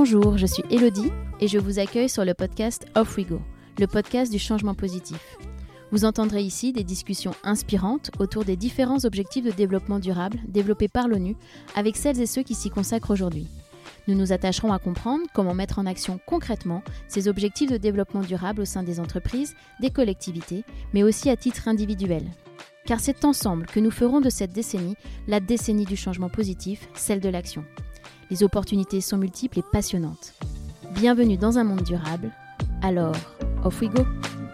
Bonjour, je suis Elodie et je vous accueille sur le podcast Off We Go, le podcast du changement positif. Vous entendrez ici des discussions inspirantes autour des différents objectifs de développement durable développés par l'ONU avec celles et ceux qui s'y consacrent aujourd'hui. Nous nous attacherons à comprendre comment mettre en action concrètement ces objectifs de développement durable au sein des entreprises, des collectivités, mais aussi à titre individuel. Car c'est ensemble que nous ferons de cette décennie la décennie du changement positif, celle de l'action. Les opportunités sont multiples et passionnantes. Bienvenue dans un monde durable. Alors, off we go!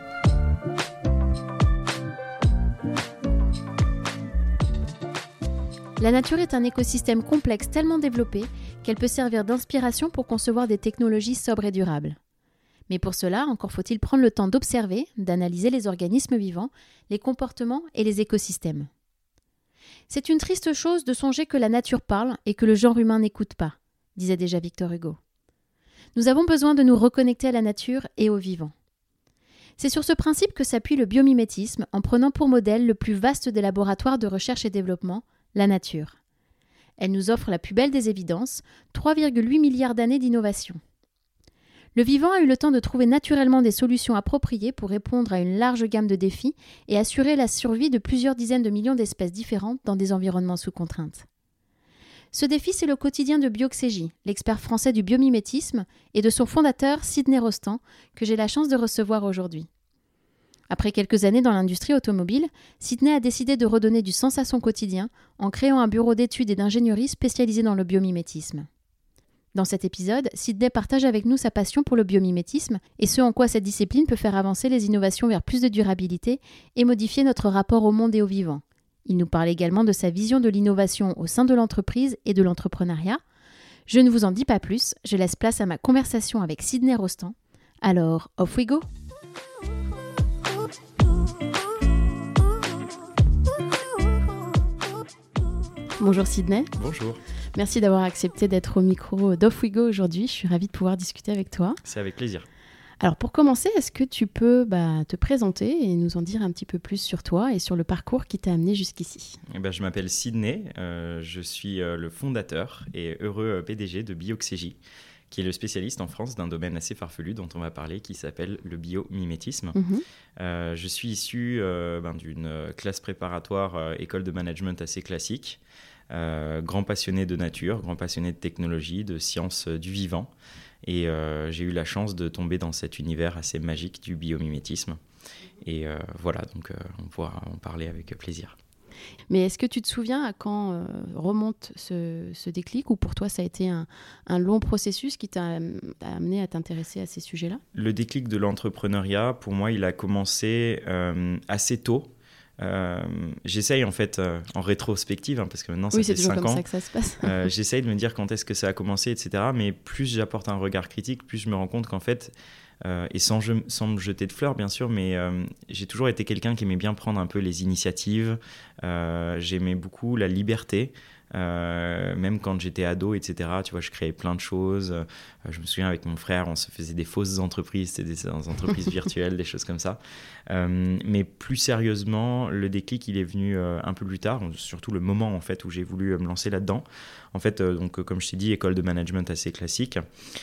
La nature est un écosystème complexe tellement développé qu'elle peut servir d'inspiration pour concevoir des technologies sobres et durables. Mais pour cela, encore faut-il prendre le temps d'observer, d'analyser les organismes vivants, les comportements et les écosystèmes. C'est une triste chose de songer que la nature parle et que le genre humain n'écoute pas, disait déjà Victor Hugo. Nous avons besoin de nous reconnecter à la nature et aux vivants. C'est sur ce principe que s'appuie le biomimétisme en prenant pour modèle le plus vaste des laboratoires de recherche et développement, la nature. Elle nous offre la plus belle des évidences, 3,8 milliards d'années d'innovation. Le vivant a eu le temps de trouver naturellement des solutions appropriées pour répondre à une large gamme de défis et assurer la survie de plusieurs dizaines de millions d'espèces différentes dans des environnements sous contrainte. Ce défi, c'est le quotidien de Bioxégie, l'expert français du biomimétisme, et de son fondateur, Sidney Rostand, que j'ai la chance de recevoir aujourd'hui. Après quelques années dans l'industrie automobile, Sidney a décidé de redonner du sens à son quotidien en créant un bureau d'études et d'ingénierie spécialisé dans le biomimétisme. Dans cet épisode, Sidney partage avec nous sa passion pour le biomimétisme et ce en quoi cette discipline peut faire avancer les innovations vers plus de durabilité et modifier notre rapport au monde et au vivant. Il nous parle également de sa vision de l'innovation au sein de l'entreprise et de l'entrepreneuriat. Je ne vous en dis pas plus, je laisse place à ma conversation avec Sidney Rostand. Alors, off we go! Bonjour Sidney. Bonjour. Merci d'avoir accepté d'être au micro d'Off We Go aujourd'hui. Je suis ravie de pouvoir discuter avec toi. C'est avec plaisir. Alors pour commencer, est-ce que tu peux te présenter et nous en dire un petit peu plus sur toi et sur le parcours qui t'a amené jusqu'ici? Je m'appelle Sidney, je suis le fondateur et heureux PDG de Bioxégie, qui est le spécialiste en France d'un domaine assez farfelu dont on va parler, qui s'appelle le biomimétisme. Je suis issu d'une classe préparatoire école de management assez classique, grand passionné de nature, grand passionné de technologie, de sciences du vivant. Et j'ai eu la chance de tomber dans cet univers assez magique du biomimétisme. Et voilà, donc on pourra en parler avec plaisir. Mais est-ce que tu te souviens à quand remonte ce déclic, ou pour toi ça a été un long processus qui t'a amené à t'intéresser à ces sujets-là? Le déclic de l'entrepreneuriat, pour moi, il a commencé assez tôt. J'essaye en fait en rétrospective, parce que maintenant ça fait 5 ans. Oui, c'est toujours comme ça que ça se passe. J'essaye de me dire quand est-ce que ça a commencé, etc. Mais plus j'apporte un regard critique, plus je me rends compte qu'en fait, et sans me jeter de fleurs bien sûr, mais j'ai toujours été quelqu'un qui aimait bien prendre un peu les initiatives. J'aimais beaucoup la liberté. Même quand j'étais ado, etc., tu vois, je créais plein de choses. Je me souviens, avec mon frère, on se faisait des fausses entreprises, c'était des entreprises virtuelles, des choses comme ça. Mais plus sérieusement, le déclic, il est venu un peu plus tard, surtout le moment en fait où j'ai voulu me lancer là-dedans. En fait, donc, comme je t'ai dit, école de management assez classique.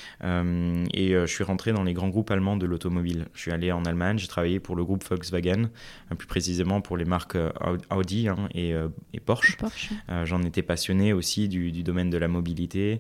Et je suis rentré dans les grands groupes allemands de l'automobile. Je suis allé en Allemagne, j'ai travaillé pour le groupe Volkswagen, plus précisément pour les marques Audi et Porsche. J'en étais passionné aussi du domaine de la mobilité.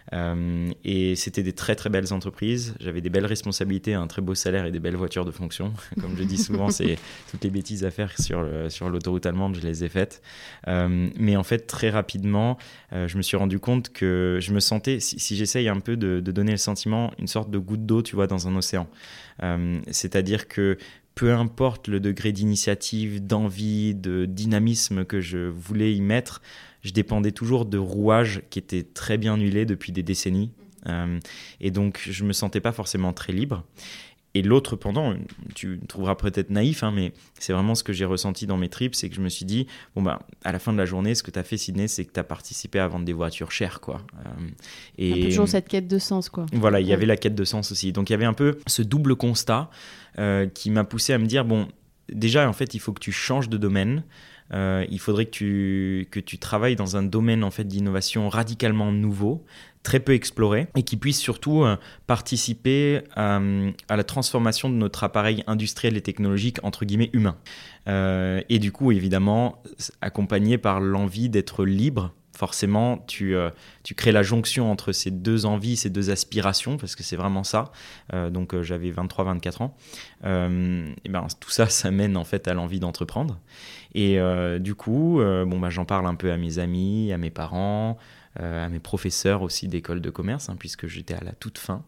Et c'était des très très belles entreprises. J'avais des belles responsabilités, un très beau salaire et des belles voitures de fonction. Comme je dis souvent, c'est toutes les bêtises à faire sur l'autoroute allemande, je les ai faites. Mais en fait, très rapidement, je me suis rendu compte que je me sentais, si j'essaye un peu de donner le sentiment, une sorte de goutte d'eau, tu vois, dans un océan. C'est-à-dire que peu importe le degré d'initiative, d'envie, de dynamisme que je voulais y mettre, je dépendais toujours de rouages qui étaient très bien huilés depuis des décennies. Et donc, je ne me sentais pas forcément très libre. Et l'autre pendant, tu trouveras peut-être naïf, mais c'est vraiment ce que j'ai ressenti dans mes tripes, c'est que je me suis dit, à la fin de la journée, ce que tu as fait, Sidney, c'est que tu as participé à vendre des voitures chères, quoi. Et un peu toujours cette quête de sens, quoi. Voilà, il y avait la quête de sens aussi. Donc, il y avait un peu ce double constat qui m'a poussé à me dire, déjà, en fait, il faut que tu changes de domaine. il faudrait que tu travailles dans un domaine en fait, d'innovation radicalement nouveau, très peu exploré, et qui puisse surtout participer à la transformation de notre appareil industriel et technologique, entre guillemets, humain. Et du coup, évidemment, accompagné par l'envie d'être libre. Forcément, tu crées la jonction entre ces deux envies, ces deux aspirations, parce que c'est vraiment ça. Donc, j'avais 23-24 ans. Et ben, tout ça, ça mène en fait à l'envie d'entreprendre. Et du coup, j'en parle un peu à mes amis, à mes parents, à mes professeurs aussi d'école de commerce, puisque j'étais à la toute fin.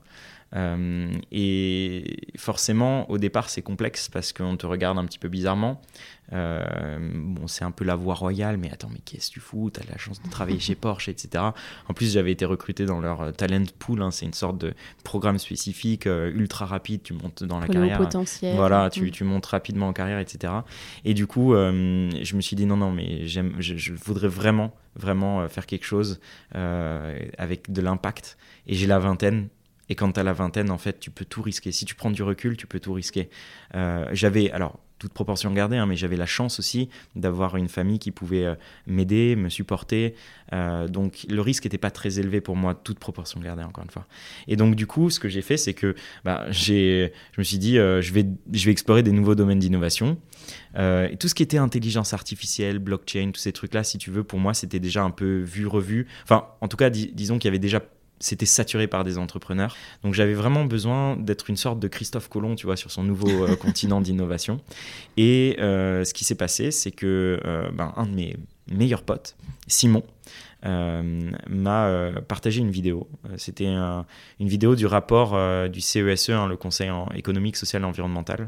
Et forcément, au départ, c'est complexe parce qu'on te regarde un petit peu bizarrement. C'est un peu la voie royale, mais attends, mais qu'est-ce que tu fous? Tu as la chance de travailler chez Porsche, etc. En plus, j'avais été recruté dans leur talent pool. C'est une sorte de programme spécifique ultra rapide. Tu montes dans la carrière. Le potentiel. Voilà, tu montes rapidement en carrière, etc. Et du coup, je me suis dit non, mais je voudrais vraiment faire quelque chose avec de l'impact. Et j'ai la vingtaine. Et quand tu as la vingtaine, en fait, tu peux tout risquer. Si tu prends du recul, tu peux tout risquer. J'avais, alors, toute proportion gardée, mais j'avais la chance aussi d'avoir une famille qui pouvait m'aider, me supporter. Donc, le risque n'était pas très élevé pour moi, toute proportion gardée, encore une fois. Et donc, du coup, ce que j'ai fait, c'est que je me suis dit, je vais explorer des nouveaux domaines d'innovation. Et tout ce qui était intelligence artificielle, blockchain, tous ces trucs-là, si tu veux, pour moi, c'était déjà un peu vu, revu. Enfin, en tout cas, disons qu'il y avait déjà... C'était saturé par des entrepreneurs. Donc, j'avais vraiment besoin d'être une sorte de Christophe Colomb, tu vois, sur son nouveau continent d'innovation. Et ce qui s'est passé, c'est que un de mes meilleurs potes, Simon, m'a partagé une vidéo. C'était une vidéo du rapport du CESE, le Conseil économique, social et environnemental,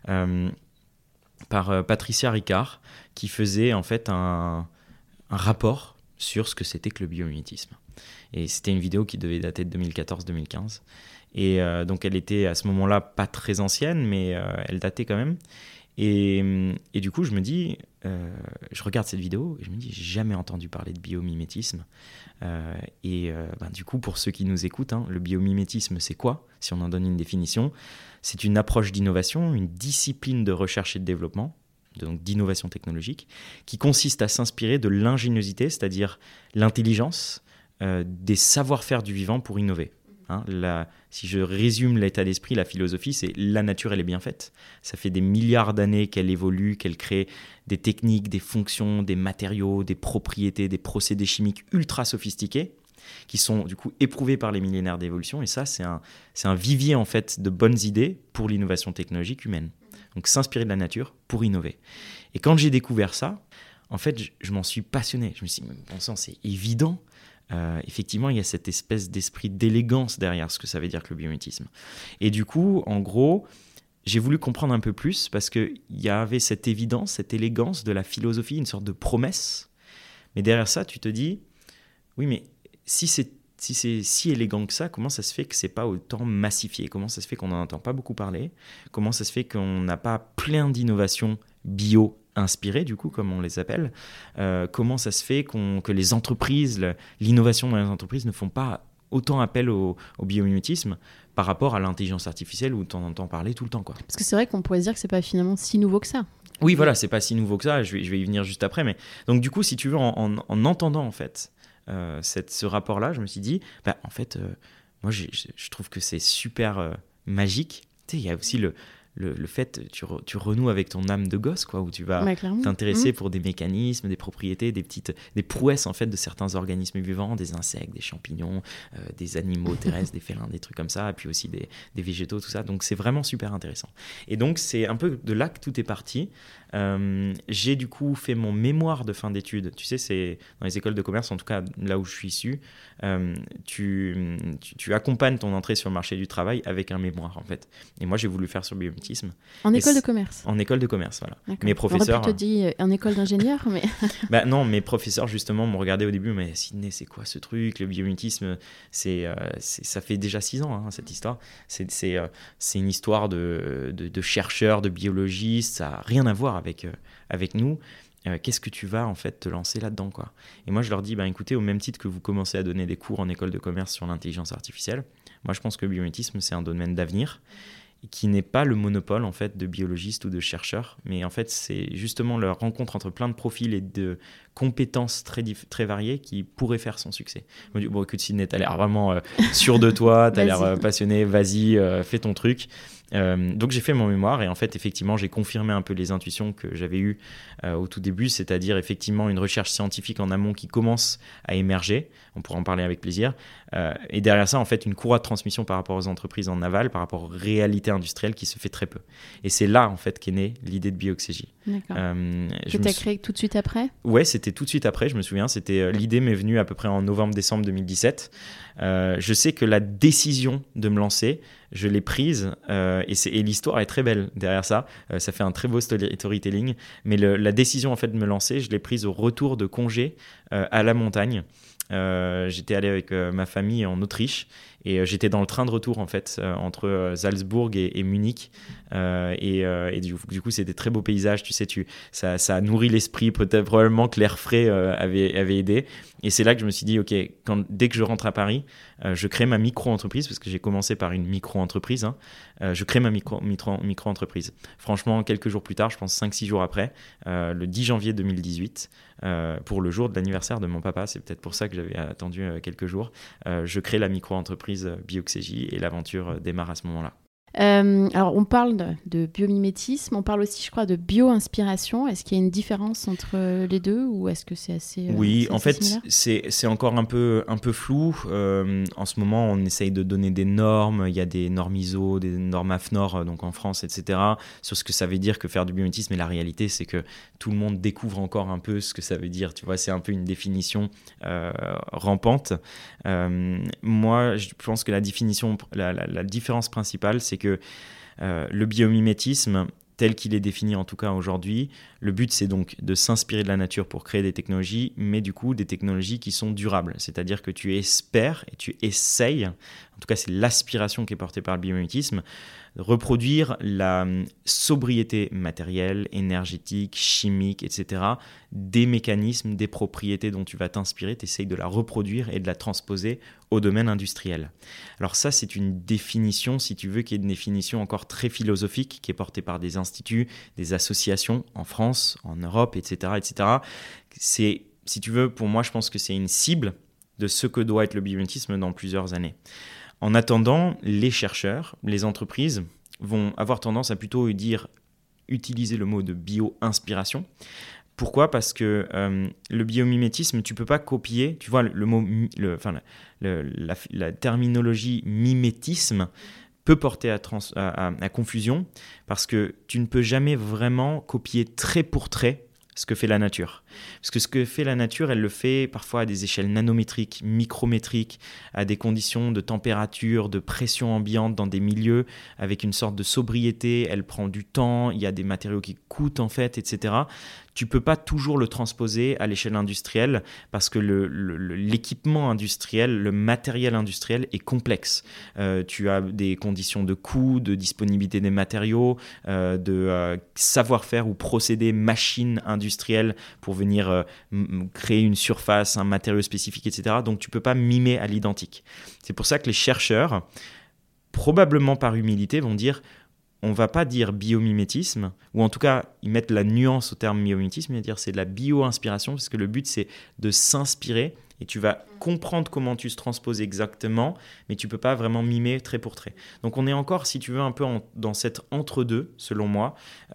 par Patricia Ricard, qui faisait en fait un rapport sur ce que c'était que le biomimétisme. Et c'était une vidéo qui devait dater de 2014-2015. Et donc, elle était à ce moment-là pas très ancienne, mais elle datait quand même. Et du coup, je me dis, je regarde cette vidéo et je me dis, j'ai jamais entendu parler de biomimétisme. Du coup, pour ceux qui nous écoutent, le biomimétisme, c'est quoi? Si on en donne une définition, c'est une approche d'innovation, une discipline de recherche et de développement, donc d'innovation technologique, qui consiste à s'inspirer de l'ingéniosité, c'est-à-dire l'intelligence, des savoir-faire du vivant pour innover. Si je résume l'état d'esprit, la philosophie, c'est la nature, elle est bien faite. Ça fait des milliards d'années qu'elle évolue, qu'elle crée des techniques, des fonctions, des matériaux, des propriétés, des procédés chimiques ultra sophistiqués qui sont du coup éprouvés par les millénaires d'évolution. Et ça, c'est un vivier en fait de bonnes idées pour l'innovation technologique humaine. Donc s'inspirer de la nature pour innover. Et quand j'ai découvert ça, en fait, je m'en suis passionné. Je me suis dit, bon sang, c'est évident. Effectivement, il y a cette espèce d'esprit d'élégance derrière ce que ça veut dire que le biomimétisme. Et du coup, en gros, j'ai voulu comprendre un peu plus parce qu'il y avait cette évidence, cette élégance de la philosophie, une sorte de promesse. Mais derrière ça, tu te dis, oui, mais si c'est si élégant que ça, comment ça se fait que c'est pas autant massifié? Comment ça se fait qu'on n'en entend pas beaucoup parler? Comment ça se fait qu'on n'a pas plein d'innovations bio inspirés, du coup, comme on les appelle? Comment ça se fait que les entreprises, l'innovation dans les entreprises ne font pas autant appel au biomimétisme par rapport à l'intelligence artificielle où tu en entends parler tout le temps, quoi. Parce que c'est vrai qu'on pourrait se dire que c'est pas finalement si nouveau que ça. Oui, voilà, c'est pas si nouveau que ça, je vais y venir juste après. Mais... Donc du coup, si tu veux, en entendant en fait ce rapport-là, je me suis dit, en fait, moi je trouve que c'est super magique. Tu sais, il y a aussi le fait, tu renoues avec ton âme de gosse, quoi, où tu vas t'intéresser pour des mécanismes, des propriétés, des prouesses en fait de certains organismes vivants, des insectes, des champignons, des animaux terrestres, des félins, des trucs comme ça, et puis aussi des végétaux, tout ça. Donc c'est vraiment super intéressant. Et donc c'est un peu de là que tout est parti. J'ai du coup fait mon mémoire de fin d'études. Tu sais, c'est dans les écoles de commerce, en tout cas là où je suis issu, tu accompagnes ton entrée sur le marché du travail avec un mémoire en fait. Et moi j'ai voulu faire sur le biomimétisme. En école de commerce. En école de commerce, voilà. D'accord. Mes professeurs. On aurait pu te dire en école d'ingénieur, mais. Non, mes professeurs justement m'ont regardé au début, mais Sydney, c'est quoi ce truc? Le biomimétisme, ça fait déjà 6 ans cette histoire. C'est une histoire de chercheurs, de biologistes. Ça n'a rien à voir avec nous. Qu'est-ce que tu vas en fait te lancer là-dedans, quoi? Et moi je leur dis, écoutez, au même titre que vous commencez à donner des cours en école de commerce sur l'intelligence artificielle, moi je pense que le biomimétisme c'est un domaine d'avenir qui n'est pas le monopole en fait de biologistes ou de chercheurs, mais en fait c'est justement la rencontre entre plein de profils et de compétences très variées qui pourraient faire son succès. Je me dis, bon écoute Sydney, t'as l'air vraiment sûr de toi, t'as l'air passionné, vas-y, fais ton truc. Donc j'ai fait mon mémoire et en fait effectivement j'ai confirmé un peu les intuitions que j'avais eues au tout début, c'est-à-dire effectivement une recherche scientifique en amont qui commence à émerger, on pourra en parler avec plaisir, et derrière ça en fait une courroie de transmission par rapport aux entreprises en aval, par rapport aux réalités industrielles qui se fait très peu. Et c'est là en fait qu'est née l'idée de BioXJ. D'accord. Que tu as créé tout de suite après ? Ouais, c'était tout de suite après, je me souviens, l'idée m'est venue à peu près en novembre-décembre 2017. Je sais que la décision de me lancer, je l'ai prise et l'histoire est très belle derrière ça. Ça fait un très beau storytelling. Mais la décision en fait de me lancer, je l'ai prise au retour de congé à la montagne. J'étais allé avec ma famille en Autriche et j'étais dans le train de retour en fait entre Salzbourg et Munich et du coup c'était très beaux paysages, tu sais, ça a nourri l'esprit, peut-être probablement que l'air frais avait aidé, et c'est là que je me suis dit ok, dès que je rentre à Paris, je crée ma micro-entreprise, parce que j'ai commencé par une micro-entreprise, je crée ma micro-entreprise. Franchement, quelques jours plus tard, je pense 5-6 jours après, le 10 janvier 2018, pour le jour de l'anniversaire de mon papa, c'est peut-être pour ça que j'avais attendu quelques jours, je crée la micro-entreprise BioXJ et l'aventure démarre à ce moment-là. Alors on parle de biomimétisme, on parle aussi je crois de bio-inspiration. Est-ce qu'il y a une différence entre les deux ou est-ce que c'est assez Oui, c'est en assez fait similaire ? c'est encore un peu flou. En ce moment on essaye de donner des normes, il y a des normes ISO, des normes AFNOR donc en France, etc. sur ce que ça veut dire que faire du biomimétisme, et la réalité c'est que tout le monde découvre encore un peu ce que ça veut dire, tu vois, c'est un peu une définition rampante. Moi je pense que la différence principale c'est que le biomimétisme, tel qu'il est défini en tout cas aujourd'hui, le but c'est donc de s'inspirer de la nature pour créer des technologies, mais du coup des technologies qui sont durables, c'est-à-dire que tu espères et tu essayes, en tout cas c'est l'aspiration qui est portée par le biomimétisme, reproduire la sobriété matérielle, énergétique, chimique, etc. des mécanismes, des propriétés dont tu vas t'inspirer, tu essayes de la reproduire et de la transposer au domaine industriel. Alors ça, c'est une définition, si tu veux, qui est une définition encore très philosophique, qui est portée par des instituts, des associations en France, en Europe, etc. etc. C'est, si tu veux, pour moi, je pense que c'est une cible de ce que doit être le biomimétisme dans plusieurs années. En attendant, les chercheurs, les entreprises vont avoir tendance à plutôt utiliser le mot de bio-inspiration. Pourquoi ? Parce que le biomimétisme, tu ne peux pas copier, tu vois, la terminologie mimétisme peut porter à confusion, parce que tu ne peux jamais vraiment copier trait pour trait ce que fait la nature. Parce que ce que fait la nature, elle le fait parfois à des échelles nanométriques, micrométriques, à des conditions de température, de pression ambiante dans des milieux avec une sorte de sobriété. Elle prend du temps, il y a des matériaux qui coûtent en fait, etc. Tu ne peux pas toujours le transposer à l'échelle industrielle parce que l'équipement industriel, le matériel industriel est complexe. Tu as des conditions de coût, de disponibilité des matériaux, de savoir-faire ou procédés, machines industrielles pour venir créer une surface, un matériau spécifique, etc. Donc tu ne peux pas mimer à l'identique. C'est pour ça que les chercheurs, probablement par humilité, vont dire on ne va pas dire biomimétisme, ou en tout cas, ils mettent la nuance au terme biomimétisme, ils vont dire c'est de la bio-inspiration, parce que le but, c'est de s'inspirer, et tu vas comprendre comment tu se transposes exactement, mais tu ne peux pas vraiment mimer trait pour trait. Donc on est encore, si tu veux, un peu dans cet entre-deux, selon moi,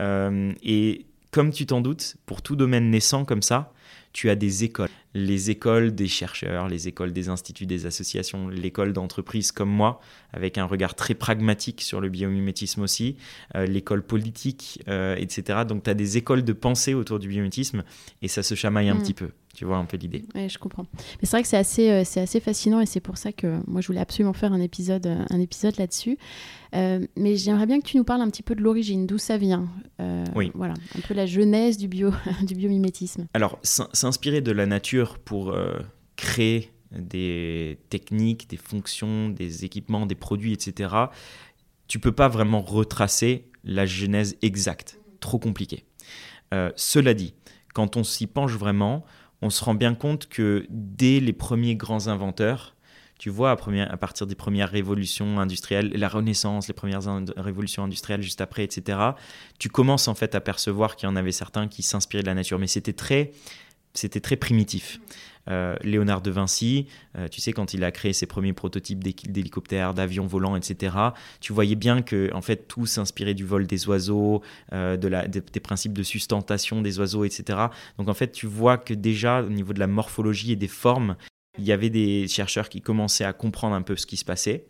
et comme tu t'en doutes, pour tout domaine naissant comme ça, tu as des écoles. Les écoles des chercheurs, les écoles des instituts, des associations, l'école d'entreprises comme moi, avec un regard très pragmatique sur le biomimétisme aussi, l'école politique, etc. Donc tu as des écoles de pensée autour du biomimétisme et ça se chamaille un petit peu. Tu vois un peu l'idée. Oui, je comprends. Mais c'est vrai que c'est assez fascinant et c'est pour ça que moi, je voulais absolument faire un épisode là-dessus. Mais j'aimerais bien que tu nous parles un petit peu de l'origine, d'où ça vient. Oui. Voilà, un peu la genèse du biomimétisme. Alors, s'inspirer de la nature pour créer des techniques, des fonctions, des équipements, des produits, etc., tu ne peux pas vraiment retracer la genèse exacte. Trop compliqué. Cela dit, quand on s'y penche vraiment, on se rend bien compte que dès les premiers grands inventeurs, tu vois, à partir des premières révolutions industrielles, la Renaissance, les premières révolutions industrielles juste après, etc., tu commences en fait à percevoir qu'il y en avait certains qui s'inspiraient de la nature, mais c'était très primitif. Léonard de Vinci, tu sais, quand il a créé ses premiers prototypes d'hélicoptères, d'avions volants, etc., tu voyais bien que en fait, tout s'inspirait du vol des oiseaux, des principes de sustentation des oiseaux, etc. Donc en fait, tu vois que déjà, au niveau de la morphologie et des formes, il y avait des chercheurs qui commençaient à comprendre un peu ce qui se passait,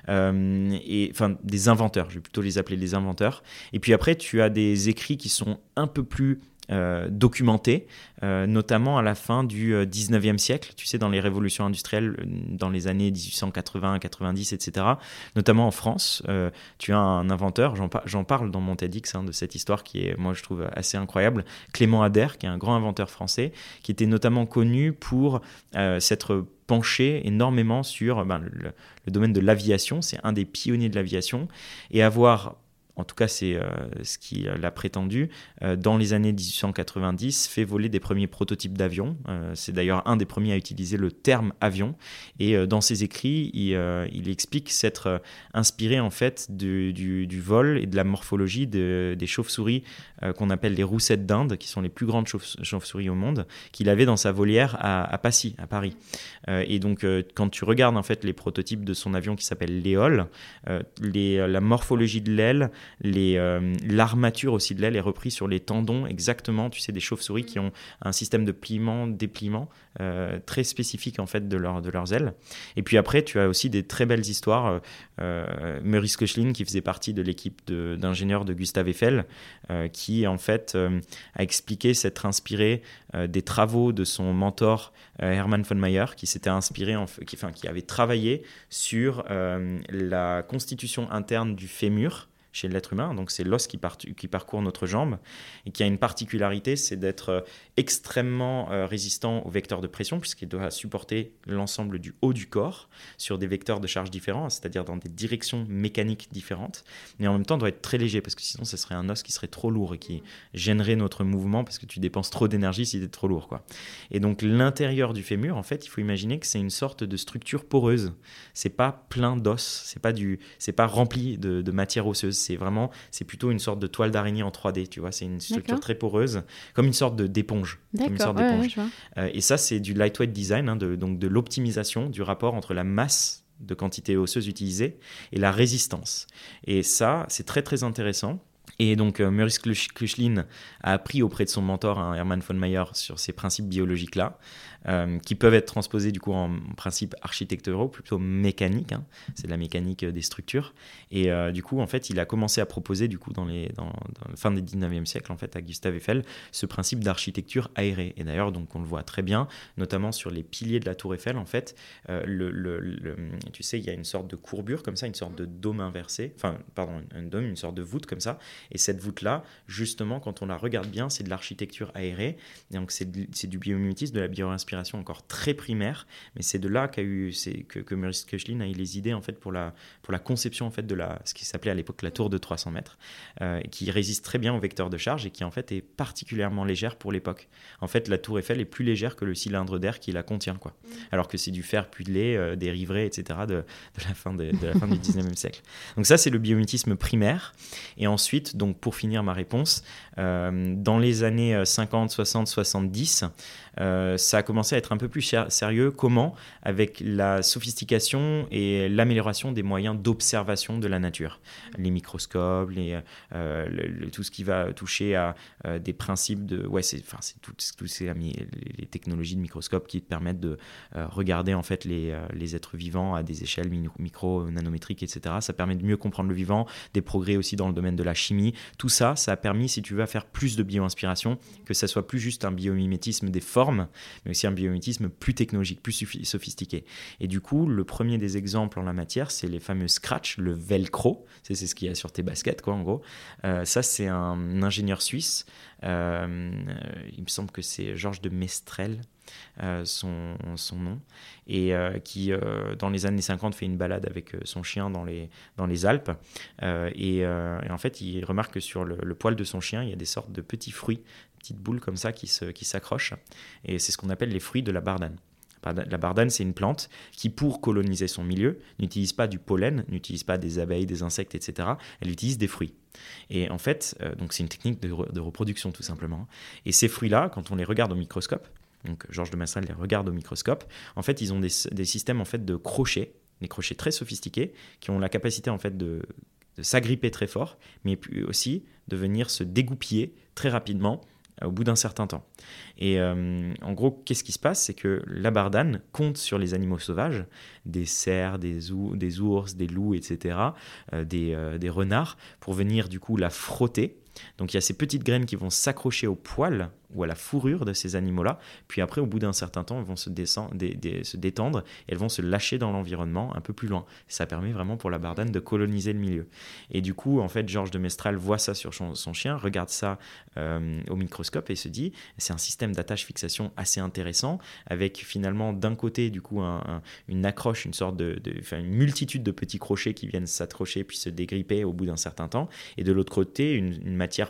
enfin des inventeurs, je vais plutôt les appeler les inventeurs. Et puis après, tu as des écrits qui sont un peu plus documentés, notamment à la fin du 19e siècle, tu sais, dans les révolutions industrielles, dans les années 1880, 90, etc. Notamment en France, tu as un inventeur, j'en parle dans mon TEDx, de cette histoire qui est, moi je trouve, assez incroyable, Clément Ader, qui est un grand inventeur français, qui était notamment connu pour s'être penché énormément sur le domaine de l'aviation. C'est un des pionniers de l'aviation, et avoir, en tout cas c'est ce qu'il a prétendu, dans les années 1890, fait voler des premiers prototypes d'avions. C'est d'ailleurs un des premiers à utiliser le terme avion. Et dans ses écrits, il explique s'être inspiré en fait du vol et de la morphologie des chauves-souris qu'on appelle les roussettes d'Inde, qui sont les plus grandes chauves-souris au monde, qu'il avait dans sa volière à Passy, à Paris. Et donc quand tu regardes en fait les prototypes de son avion qui s'appelle l'Éole, la morphologie de l'aile, l'armature aussi de l'aile est reprise sur les tendons exactement, tu sais, des chauves-souris qui ont un système de pliement-dépliement très spécifique en fait de leurs ailes. Et puis après, tu as aussi des très belles histoires. Maurice Koechlin, qui faisait partie de l'équipe d'ingénieurs de Gustave Eiffel, qui en fait a expliqué s'être inspiré des travaux de son mentor Hermann von Meyer, qui s'était inspiré, qui avait travaillé sur la constitution interne du fémur chez l'être humain. Donc c'est l'os qui parcourt notre jambe, et qui a une particularité, c'est d'être extrêmement résistant aux vecteurs de pression, puisqu'il doit supporter l'ensemble du haut du corps sur des vecteurs de charge différents, c'est-à-dire dans des directions mécaniques différentes, mais en même temps doit être très léger, parce que sinon ce serait un os qui serait trop lourd et qui gênerait notre mouvement, parce que tu dépenses trop d'énergie si c'est trop lourd, quoi. Et donc l'intérieur du fémur, en fait, il faut imaginer que c'est une sorte de structure poreuse. C'est pas plein d'os, c'est pas rempli de matière osseuse. C'est plutôt une sorte de toile d'araignée en 3D, tu vois. C'est une structure très poreuse, comme une sorte d'éponge. D'accord, Et ça, c'est du lightweight design, donc de l'optimisation du rapport entre la masse de quantité osseuse utilisée et la résistance. Et ça, c'est très très intéressant. Et donc Maurice Koechlin a appris auprès de son mentor, Hermann von Meyer, sur ces principes biologiques-là, qui peuvent être transposés du coup en principes architecturaux, plutôt mécaniques. C'est de la mécanique des structures. Et du coup, en fait, il a commencé à proposer du coup dans la fin du 19e siècle, en fait, à Gustave Eiffel, ce principe d'architecture aérée. Et d'ailleurs, donc on le voit très bien, notamment sur les piliers de la Tour Eiffel. En fait, tu sais, il y a une sorte de courbure comme ça, une sorte de dôme inversé, un dôme, une sorte de voûte comme ça. Et cette voûte-là, justement, quand on la regarde bien, c'est de l'architecture aérée. Et donc, c'est du biomimétisme, de la biorespiration encore très primaire. Mais c'est de là que Maurice Koechlin a eu les idées, en fait, pour la conception, en fait, de ce qui s'appelait à l'époque la tour de 300 mètres, qui résiste très bien aux vecteurs de charge et qui, en fait, est particulièrement légère pour l'époque. En fait, la tour Eiffel est plus légère que le cylindre d'air qui la contient, quoi. Alors que c'est du fer pudelé, des rivets, etc., de la fin du 19e siècle. Donc ça, c'est le biomimétisme primaire. Et ensuite, donc pour finir ma réponse, dans les années 50, 60, 70, ça a commencé à être un peu plus sérieux. Comment ? Avec la sophistication et l'amélioration des moyens d'observation de la nature. Les microscopes, tout ce qui va toucher à des principes de... Ouais, c'est les technologies de microscope qui te permettent de regarder en fait les êtres vivants à des échelles micro-nanométriques, etc. Ça permet de mieux comprendre le vivant, des progrès aussi dans le domaine de la chimie. Tout ça, ça a permis, si tu veux, à faire plus de bio-inspiration, que ça soit plus juste un biomimétisme des formes, mais aussi un biomimétisme plus technologique, plus sophistiqué. Et du coup, le premier des exemples en la matière, c'est les fameux Scratch, le velcro. C'est ce qu'il y a sur tes baskets, quoi, en gros. Ça, c'est un ingénieur suisse. Il me semble que c'est Georges de Mestrel, son nom, et qui, dans les années 50, fait une balade avec son chien dans les Alpes. Et en fait, il remarque que sur le poil de son chien, il y a des sortes de petits fruits, petites boules comme ça qui s'accrochent. Et c'est ce qu'on appelle les fruits de la bardane. La bardane, c'est une plante qui, pour coloniser son milieu, n'utilise pas du pollen, n'utilise pas des abeilles, des insectes, etc. Elle utilise des fruits. Et en fait, donc c'est une technique de reproduction tout simplement. Et ces fruits-là, quand on les regarde au microscope, donc Georges de Mestral les regarde au microscope, en fait, ils ont des systèmes en fait, de crochets, des crochets très sophistiqués, qui ont la capacité en fait, de s'agripper très fort, mais puis aussi de venir se dégoupiller très rapidement au bout d'un certain temps. Et en gros, qu'est-ce qui se passe? C'est que la bardane compte sur les animaux sauvages, des cerfs, des ours, des loups, etc., des renards, pour venir du coup la frotter. Donc il y a ces petites graines qui vont s'accrocher au poil ou à la fourrure de ces animaux-là, puis après au bout d'un certain temps elles vont se détendre et elles vont se lâcher dans l'environnement un peu plus loin. Ça permet vraiment pour la bardane de coloniser le milieu. Et du coup en fait Georges de Mestral voit ça sur son chien, regarde ça au microscope et se dit c'est un système d'attache-fixation assez intéressant avec finalement d'un côté du coup une accroche, une sorte une multitude de petits crochets qui viennent s'accrocher puis se dégripper au bout d'un certain temps, et de l'autre côté une matière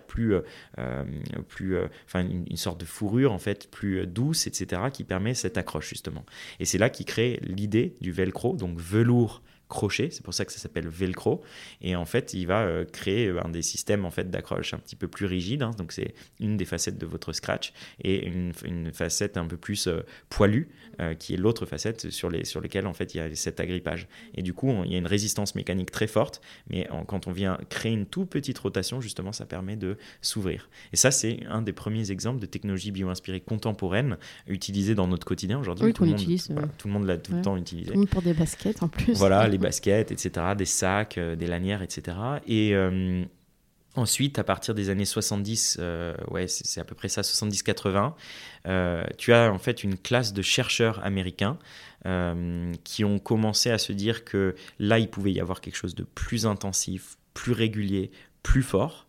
une sorte de fourrure en fait plus douce, etc., qui permet cette accroche justement. Et c'est là qu'il crée l'idée du velcro, donc velours crochet, c'est pour ça que ça s'appelle velcro. Et en fait il va créer un des systèmes en fait d'accroche un petit peu plus rigide, hein. Donc c'est une des facettes de votre scratch, et une facette un peu plus poilue qui est l'autre facette sur lesquelles en fait il y a cet agrippage. Et du coup il y a une résistance mécanique très forte, mais quand on vient créer une toute petite rotation justement, ça permet de s'ouvrir. Et ça c'est un des premiers exemples de technologie bio-inspirée contemporaine utilisée dans notre quotidien aujourd'hui. Oui, tout le monde l'a tout le temps utilisé. Tout le monde pour des baskets en plus. Voilà, les baskets, etc., des sacs, des lanières, etc. Et ensuite, à partir des années 70, c'est à peu près ça, 70-80, tu as en fait une classe de chercheurs américains qui ont commencé à se dire que là, il pouvait y avoir quelque chose de plus intensif, plus régulier, plus fort,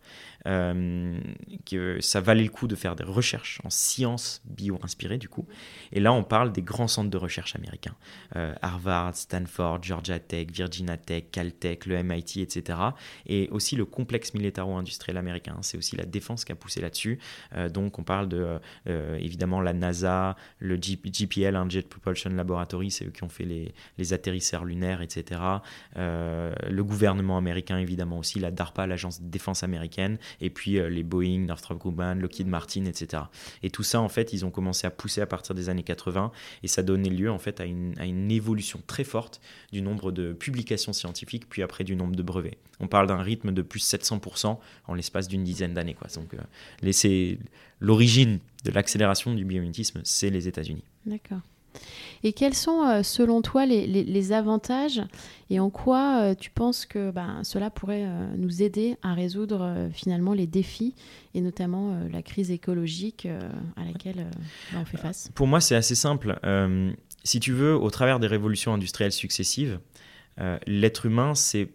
que ça valait le coup de faire des recherches en sciences bio-inspirées du coup. Et là, on parle des grands centres de recherche américains. Harvard, Stanford, Georgia Tech, Virginia Tech, Caltech, le MIT, etc. Et aussi le complexe militaro-industriel américain. C'est aussi la défense qui a poussé là-dessus. Donc, on parle de, évidemment, la NASA, le JPL, un Jet Propulsion Laboratory, c'est eux qui ont fait les atterrisseurs lunaires, etc. Le gouvernement américain, évidemment aussi, la DARPA, l'agence de défense américaine, et puis les Boeing, Northrop Grumman, Lockheed Martin, etc. Et tout ça, en fait, ils ont commencé à pousser à partir des années 80, et ça donnait lieu, en fait, à une évolution très forte du nombre de publications scientifiques, puis après du nombre de brevets. On parle d'un rythme de plus 700% en l'espace d'une dizaine d'années, quoi. Donc, c'est l'origine de l'accélération du biomimétisme, c'est les États-Unis. D'accord. Et quels sont, selon toi, les avantages, et en quoi tu penses que cela pourrait nous aider à résoudre finalement les défis, et notamment la crise écologique à laquelle on fait face? Pour moi, c'est assez simple. Si tu veux, au travers des révolutions industrielles successives, l'être humain s'est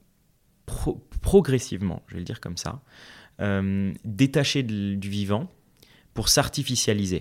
progressivement, je vais le dire comme ça, détaché du vivant pour s'artificialiser.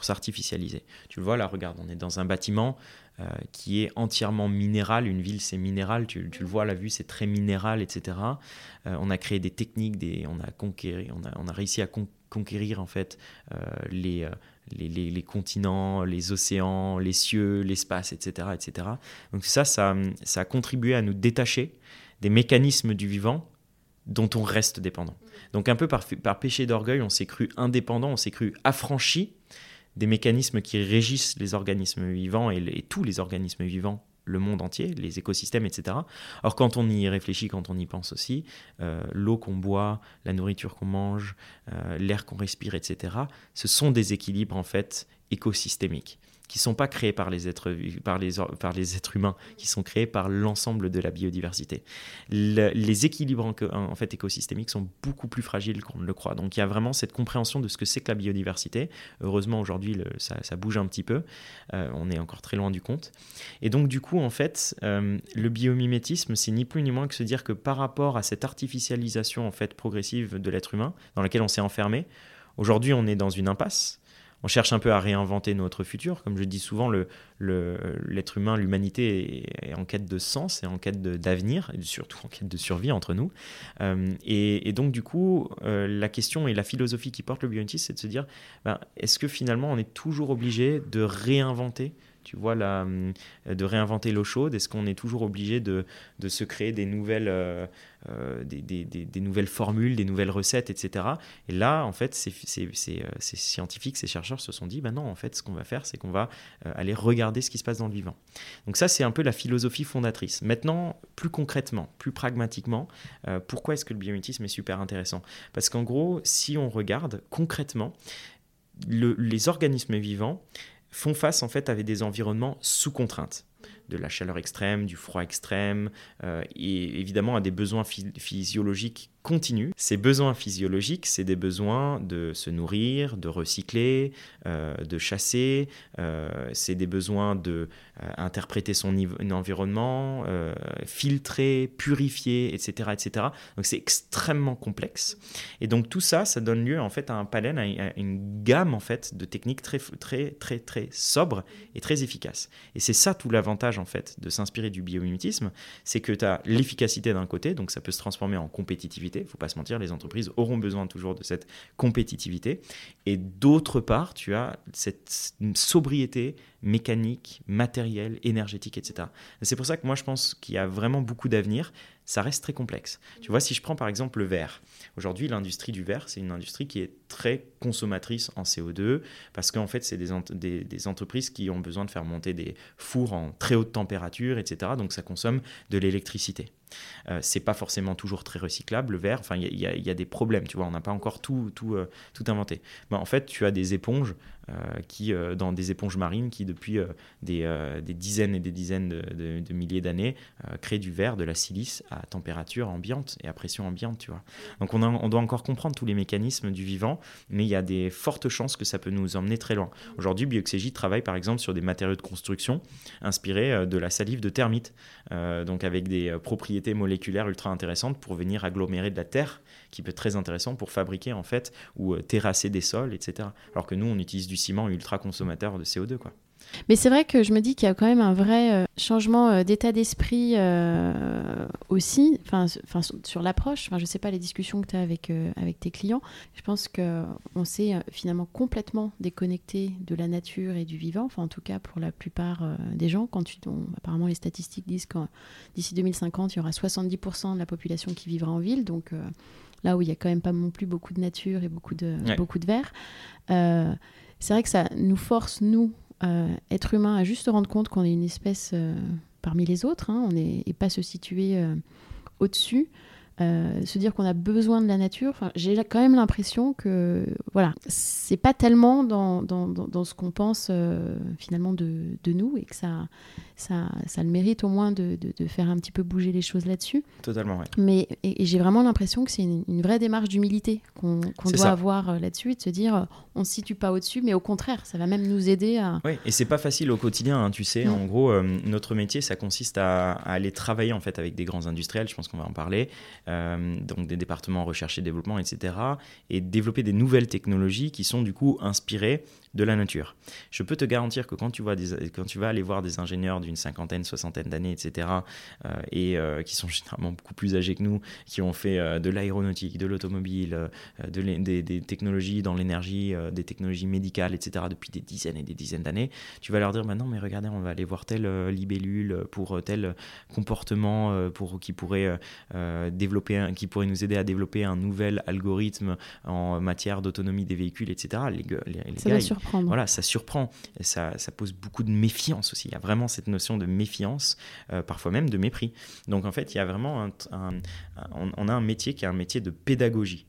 Tu le vois là, regarde, on est dans un bâtiment qui est entièrement minéral. Une ville, c'est minéral, tu le vois à la vue, c'est très minéral, etc. On a créé des techniques, on a réussi à conquérir en fait les continents, les océans, les cieux, l'espace, etc., etc. Donc ça a contribué à nous détacher des mécanismes du vivant dont on reste dépendant. Donc un peu par péché d'orgueil, on s'est cru indépendant, on s'est cru affranchi des mécanismes qui régissent les organismes vivants et tous les organismes vivants, le monde entier, les écosystèmes, etc. Or, quand on y réfléchit, quand on y pense aussi, l'eau qu'on boit, la nourriture qu'on mange, l'air qu'on respire, etc., ce sont des équilibres en fait écosystémiques qui ne sont pas créés par les êtres humains, qui sont créés par l'ensemble de la biodiversité. Les équilibres en fait, écosystémiques sont beaucoup plus fragiles qu'on ne le croit. Donc il y a vraiment cette compréhension de ce que c'est que la biodiversité. Heureusement, aujourd'hui, ça bouge un petit peu. On est encore très loin du compte. Et donc du coup, en fait, le biomimétisme, c'est ni plus ni moins que se dire que par rapport à cette artificialisation en fait, progressive de l'être humain, dans laquelle on s'est enfermé, aujourd'hui, on est dans une impasse. On cherche un peu à réinventer notre futur. Comme je dis souvent, l'être humain, l'humanité est en quête de sens et en quête d'avenir, et surtout en quête de survie entre nous. Et donc, du coup, la question et la philosophie qui porte le biomimétisme, c'est de se dire, est-ce que finalement, on est toujours obligé de réinventer Tu vois, de réinventer l'eau chaude. Est-ce qu'on est toujours obligé de se créer des nouvelles formules, des nouvelles recettes, etc. Et là, en fait, ces scientifiques, ces chercheurs se sont dit, non, en fait, ce qu'on va faire, c'est qu'on va aller regarder ce qui se passe dans le vivant. Donc ça, c'est un peu la philosophie fondatrice. Maintenant, plus concrètement, plus pragmatiquement, pourquoi est-ce que le biomimétisme est super intéressant ? Parce qu'en gros, si on regarde concrètement, les organismes vivants font face en fait avec des environnements sous contrainte, de la chaleur extrême, du froid extrême, et évidemment à des besoins physiologiques continus. Ces besoins physiologiques, c'est des besoins de se nourrir, de recycler, de chasser, c'est des besoins d'interpréter son environnement, filtrer, purifier, etc., etc. Donc c'est extrêmement complexe. Et donc tout ça, ça donne lieu en fait à un panel, à une gamme en fait de techniques très, très, très, très sobres et très efficaces. Et c'est ça tout l'avantage en fait de s'inspirer du biomimétisme, c'est que tu as l'efficacité d'un côté, donc ça peut se transformer en compétitivité. Il ne faut pas se mentir, les entreprises auront besoin toujours de cette compétitivité. Et d'autre part, tu as cette sobriété mécanique, matérielle, énergétique, etc. Et c'est pour ça que moi, je pense qu'il y a vraiment beaucoup d'avenir. Ça reste très complexe. Tu vois, si je prends par exemple le verre. Aujourd'hui, l'industrie du verre, c'est une industrie qui est très consommatrice en CO2 parce qu'en fait, c'est des entreprises qui ont besoin de faire monter des fours en très haute température, etc. Donc, ça consomme de l'électricité. C'est pas forcément toujours très recyclable, le verre. Enfin, il y a des problèmes, tu vois. On n'a pas encore tout inventé. En fait, tu as des éponges dans des éponges marines qui, depuis des dizaines et des dizaines de milliers d'années, créent du verre, de la silice à température ambiante et à pression ambiante, tu vois. Donc, on doit encore comprendre tous les mécanismes du vivant, mais il y a des fortes chances que ça peut nous emmener très loin. Aujourd'hui, Bioxégie travaille par exemple sur des matériaux de construction inspirés de la salive de termites, donc avec des propriétés moléculaires ultra intéressantes pour venir agglomérer de la terre, qui peut être très intéressant pour fabriquer en fait ou terrasser des sols, etc. Alors que nous, on utilise du ciment ultra consommateur de CO2, quoi. Mais c'est vrai que je me dis qu'il y a quand même un vrai changement d'état d'esprit aussi, sur l'approche. Je ne sais pas les discussions que tu as avec tes clients. Je pense qu'on s'est finalement complètement déconnecté de la nature et du vivant, en tout cas pour la plupart des gens. Apparemment, les statistiques disent que d'ici 2050, il y aura 70% de la population qui vivra en ville. Donc là où il n'y a quand même pas non plus beaucoup de nature et beaucoup de verre. C'est vrai que ça nous force, nous, être humain, à juste se rendre compte qu'on est une espèce parmi les autres, et pas se situer au-dessus, se dire qu'on a besoin de la nature. J'ai quand même l'impression que c'est pas tellement dans ce qu'on pense finalement de nous, et que ça le mérite au moins de faire un petit peu bouger les choses là-dessus. Totalement, ouais. Mais j'ai vraiment l'impression que c'est une vraie démarche d'humilité qu'on doit avoir là-dessus, et de se dire on ne se situe pas au-dessus, mais au contraire, ça va même nous aider à... Oui, et c'est pas facile au quotidien, tu sais. En gros, notre métier, ça consiste à aller travailler en fait avec des grands industriels, je pense qu'on va en parler, donc des départements recherche et développement, etc., et développer des nouvelles technologies qui sont du coup inspirées de la nature. Je peux te garantir que quand tu vas aller voir des ingénieurs d'une cinquantaine, soixantaine d'années, etc., qui sont généralement beaucoup plus âgés que nous, qui ont fait de l'aéronautique, de l'automobile, des technologies dans l'énergie, des technologies médicales, etc., depuis des dizaines et des dizaines d'années, tu vas leur dire non, mais regardez, on va aller voir telle libellule pour tel comportement qui pourrait nous aider à développer un nouvel algorithme en matière d'autonomie des véhicules, etc. Les gars, voilà, ça surprend. Ça pose beaucoup de méfiance aussi. Il y a vraiment cette notion de méfiance, parfois même de mépris. Donc en fait, il y a vraiment on a un métier qui est un métier de pédagogie,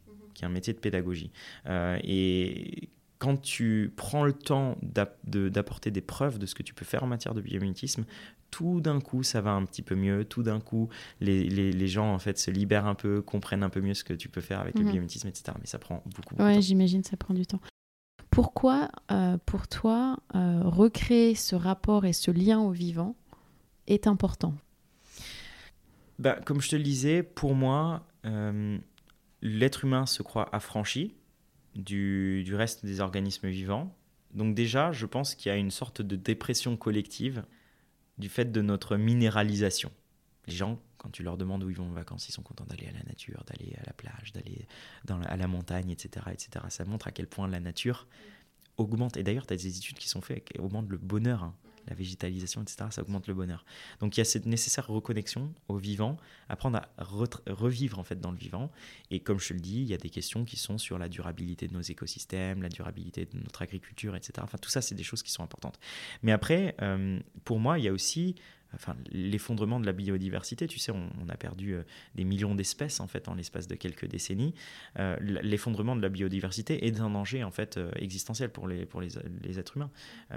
et quand tu prends le temps d'apporter des preuves de ce que tu peux faire en matière de biomimétisme, tout d'un coup, ça va un petit peu mieux. Tout d'un coup, les gens en fait se libèrent un peu, comprennent un peu mieux ce que tu peux faire avec le biomimétisme, etc. Mais ça prend beaucoup de temps. J'imagine, ça prend du temps. Pourquoi, pour toi, recréer ce rapport et ce lien au vivant est important ? Comme je te le disais, pour moi, l'être humain se croit affranchi du reste des organismes vivants. Donc déjà, je pense qu'il y a une sorte de dépression collective du fait de notre minéralisation. Les gens, quand tu leur demandes où ils vont en vacances, ils sont contents d'aller à la nature, d'aller à la plage, d'aller à la montagne, etc., etc. Ça montre à quel point la nature augmente. Et d'ailleurs, tu as des études qui sont faites qui augmentent le bonheur. la végétalisation, etc., ça augmente le bonheur. Donc il y a cette nécessaire reconnexion au vivant, apprendre à revivre en fait dans le vivant. Et comme je te le dis, il y a des questions qui sont sur la durabilité de nos écosystèmes, la durabilité de notre agriculture, etc. Enfin, tout ça, c'est des choses qui sont importantes. Mais après, pour moi, il y a aussi l'effondrement de la biodiversité. Tu sais, on a perdu des millions d'espèces en fait en l'espace de quelques décennies. L'effondrement de la biodiversité est un danger en fait existentiel pour les êtres humains.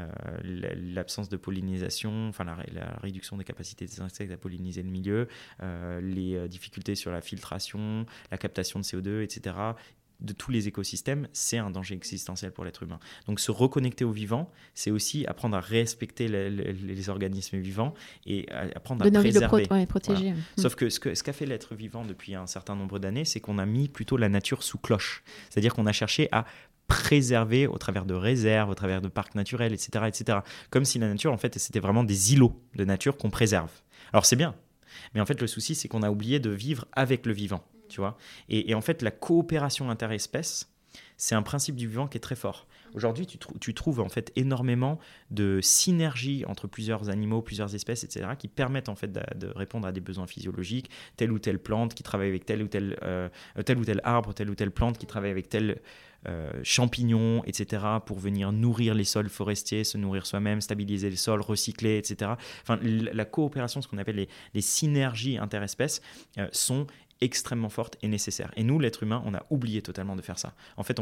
L'absence de pollinisation, la réduction des capacités des insectes à polliniser le milieu, les difficultés sur la filtration, la captation de CO2, etc., de tous les écosystèmes, c'est un danger existentiel pour l'être humain. Donc se reconnecter au vivant, c'est aussi apprendre à respecter les organismes vivants et apprendre à préserver. Protéger. Voilà. Sauf que ce qu'a fait l'être vivant depuis un certain nombre d'années, c'est qu'on a mis plutôt la nature sous cloche. C'est-à-dire qu'on a cherché à préserver au travers de réserves, au travers de parcs naturels, etc., etc. Comme si la nature, en fait, c'était vraiment des îlots de nature qu'on préserve. Alors c'est bien, mais en fait le souci, c'est qu'on a oublié de vivre avec le vivant. Tu vois, et en fait, la coopération interespèces, c'est un principe du vivant qui est très fort. Aujourd'hui, tu trouves en fait énormément de synergie entre plusieurs animaux, plusieurs espèces, etc., qui permettent en fait de répondre à des besoins physiologiques. Telle ou telle plante qui travaille avec tel ou tel arbre, telle ou telle plante qui travaille avec tel champignon, etc., pour venir nourrir les sols forestiers, se nourrir soi-même, stabiliser les sols, recycler, etc. Enfin, la coopération, ce qu'on appelle les synergies interespèces, sont extrêmement forte et nécessaire. Et nous, l'être humain, on a oublié totalement de faire ça. En fait,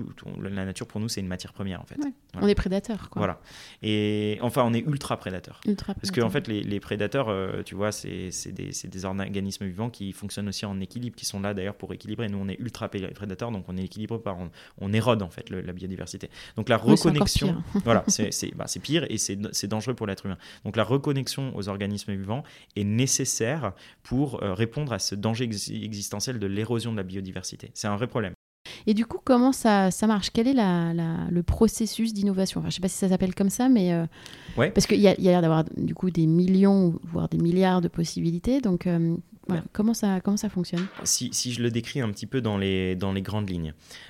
la nature pour nous, c'est une matière première en fait. Ouais. Voilà. On est prédateurs, quoi. Voilà. Et enfin, on est ultra prédateurs. Parce que en fait, les prédateurs, tu vois, c'est des organismes vivants qui fonctionnent aussi en équilibre, qui sont là d'ailleurs pour équilibrer. Nous, on est ultra prédateurs, donc on est équilibré on érode en fait la biodiversité. Donc la reconnexion, voilà, c'est pire et c'est dangereux pour l'être humain. Donc la reconnexion aux organismes vivants est nécessaire pour répondre à ce danger existentielle de l'érosion de la biodiversité. C'est un vrai problème. Et du coup, comment ça marche ? Quel est le processus d'innovation ? Je ne sais pas si ça s'appelle comme ça, mais ouais. Parce qu'il y a l'air d'avoir du coup des millions, voire des milliards de possibilités. Donc, voilà. Comment ça fonctionne ? Si je le décris un petit peu dans les grandes lignes,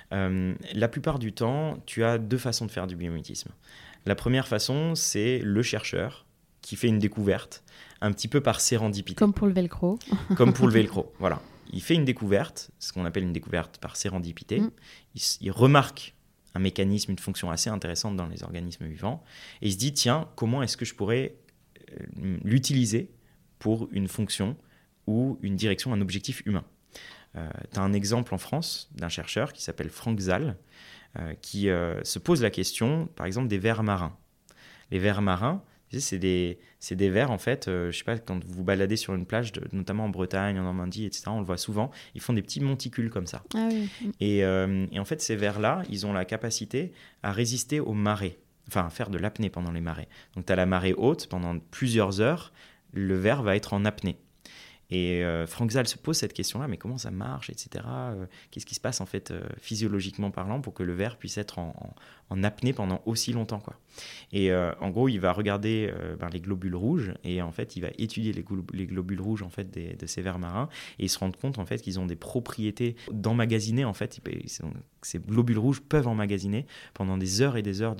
la plupart du temps, tu as deux façons de faire du biomimétisme. La première façon, c'est le chercheur qui fait une découverte un petit peu par sérendipité. Comme pour le velcro. Comme pour le velcro, voilà. Il fait une découverte, ce qu'on appelle une découverte par sérendipité. Il remarque un mécanisme, une fonction assez intéressante dans les organismes vivants. Et il se dit, tiens, comment est-ce que je pourrais l'utiliser pour une fonction ou une direction, un objectif humain. Tu as un exemple en France d'un chercheur qui s'appelle Frank Zal, qui se pose la question, par exemple, des vers marins. Les vers marins, c'est des vers, en fait, je sais pas, quand vous vous baladez sur une plage, notamment en Bretagne, en Normandie, etc., on le voit souvent, ils font des petits monticules comme ça. Ah oui. Et en fait, ces vers-là, ils ont la capacité à résister aux marées, enfin, à faire de l'apnée pendant les marées. Donc, tu as la marée haute, pendant plusieurs heures, le ver va être en apnée. Et Frank Zal se pose cette question-là, mais comment ça marche, etc. Qu'est-ce qui se passe en fait physiologiquement parlant pour que le ver puisse être en apnée pendant aussi longtemps, quoi. Et en gros, il va regarder les globules rouges et en fait, il va étudier les globules rouges en fait de ces vers marins et il se rend compte en fait qu'ils ont des propriétés d'emmagasiner en fait. Ces globules rouges peuvent emmagasiner pendant des heures et des heures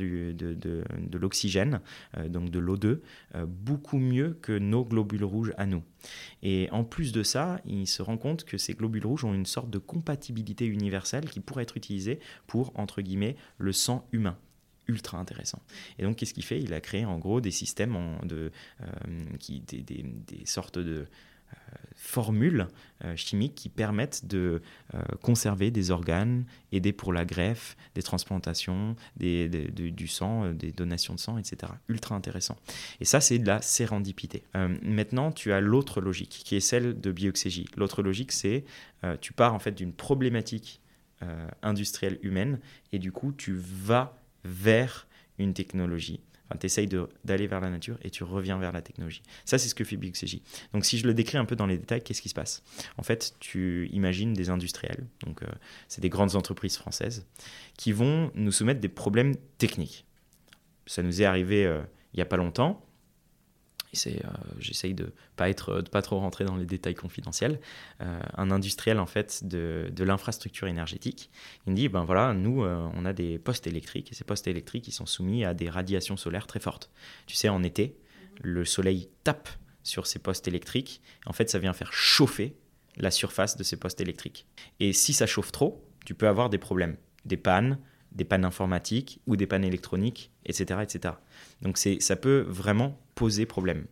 de l'oxygène, donc de l'O2, beaucoup mieux que nos globules rouges à nous. Et en plus de ça, il se rend compte que ces globules rouges ont une sorte de compatibilité universelle qui pourrait être utilisée pour, entre guillemets, le sang humain. Ultra intéressant. Et donc, qu'est-ce qu'il fait ? Il a créé en gros des systèmes, des sortes de formules chimiques qui permettent de conserver des organes, aider pour la greffe, des transplantations, du sang, des donations de sang, etc. Ultra intéressant. Et ça, c'est de la sérendipité. Maintenant, tu as l'autre logique, qui est celle de Bioxégie. L'autre logique, c'est tu pars en fait d'une problématique industrielle humaine et du coup, tu vas vers une technologie. Enfin, tu essayes d'aller vers la nature et tu reviens vers la technologie. Ça, c'est ce que fait Bioxégie. Donc, si je le décris un peu dans les détails, qu'est-ce qui se passe ? En fait, tu imagines des industriels, donc c'est des grandes entreprises françaises, qui vont nous soumettre des problèmes techniques. Ça nous est arrivé il n'y a pas longtemps. j'essaye de pas trop rentrer dans les détails confidentiels, un industriel en fait de l'infrastructure énergétique, il me dit ben voilà, nous on a des postes électriques et ces postes électriques ils sont soumis à des radiations solaires très fortes. Tu sais, en été, le soleil tape sur ces postes électriques, en fait ça vient faire chauffer la surface de ces postes électriques. Et si ça chauffe trop, tu peux avoir des problèmes, des pannes informatiques ou des pannes électroniques, etc. etc. Donc ça peut vraiment poser problème.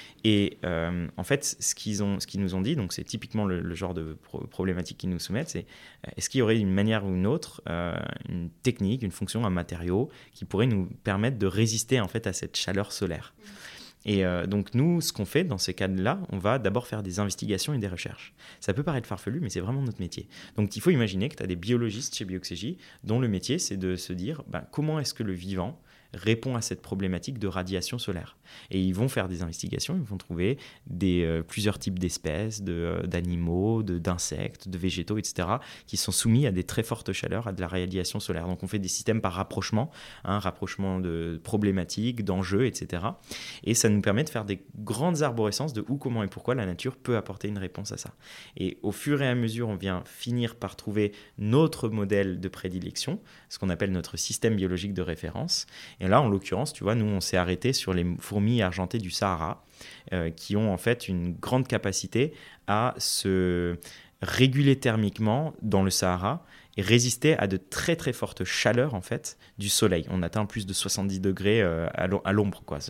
Et en fait, ce qu'ils nous ont dit, donc c'est typiquement le genre de problématique qu'ils nous soumettent, c'est est-ce qu'il y aurait une manière ou une autre, une technique, une fonction, un matériau qui pourrait nous permettre de résister en fait à cette chaleur solaire. Et donc nous, ce qu'on fait dans ces cas-là, on va d'abord faire des investigations et des recherches. Ça peut paraître farfelu, mais c'est vraiment notre métier. Donc il faut imaginer que tu as des biologistes chez Bioxégie dont le métier, c'est de se dire comment est-ce que le vivant répond à cette problématique de radiation solaire. Et ils vont faire des investigations, ils vont trouver plusieurs types d'espèces, d'animaux, d'insectes, de végétaux, etc., qui sont soumis à des très fortes chaleurs, à de la radiation solaire. Donc on fait des systèmes par rapprochement, rapprochement de problématiques, d'enjeux, etc. Et ça nous permet de faire des grandes arborescences de où, comment et pourquoi la nature peut apporter une réponse à ça. Et au fur et à mesure, on vient finir par trouver notre modèle de prédilection, ce qu'on appelle notre système biologique de référence. Et là, en l'occurrence, tu vois, nous, on s'est arrêté sur les fourmis argentées du Sahara, qui ont en fait une grande capacité à se réguler thermiquement dans le Sahara et résister à de très très fortes chaleurs en fait du soleil. On atteint plus de 70 degrés à l'ombre, quoi.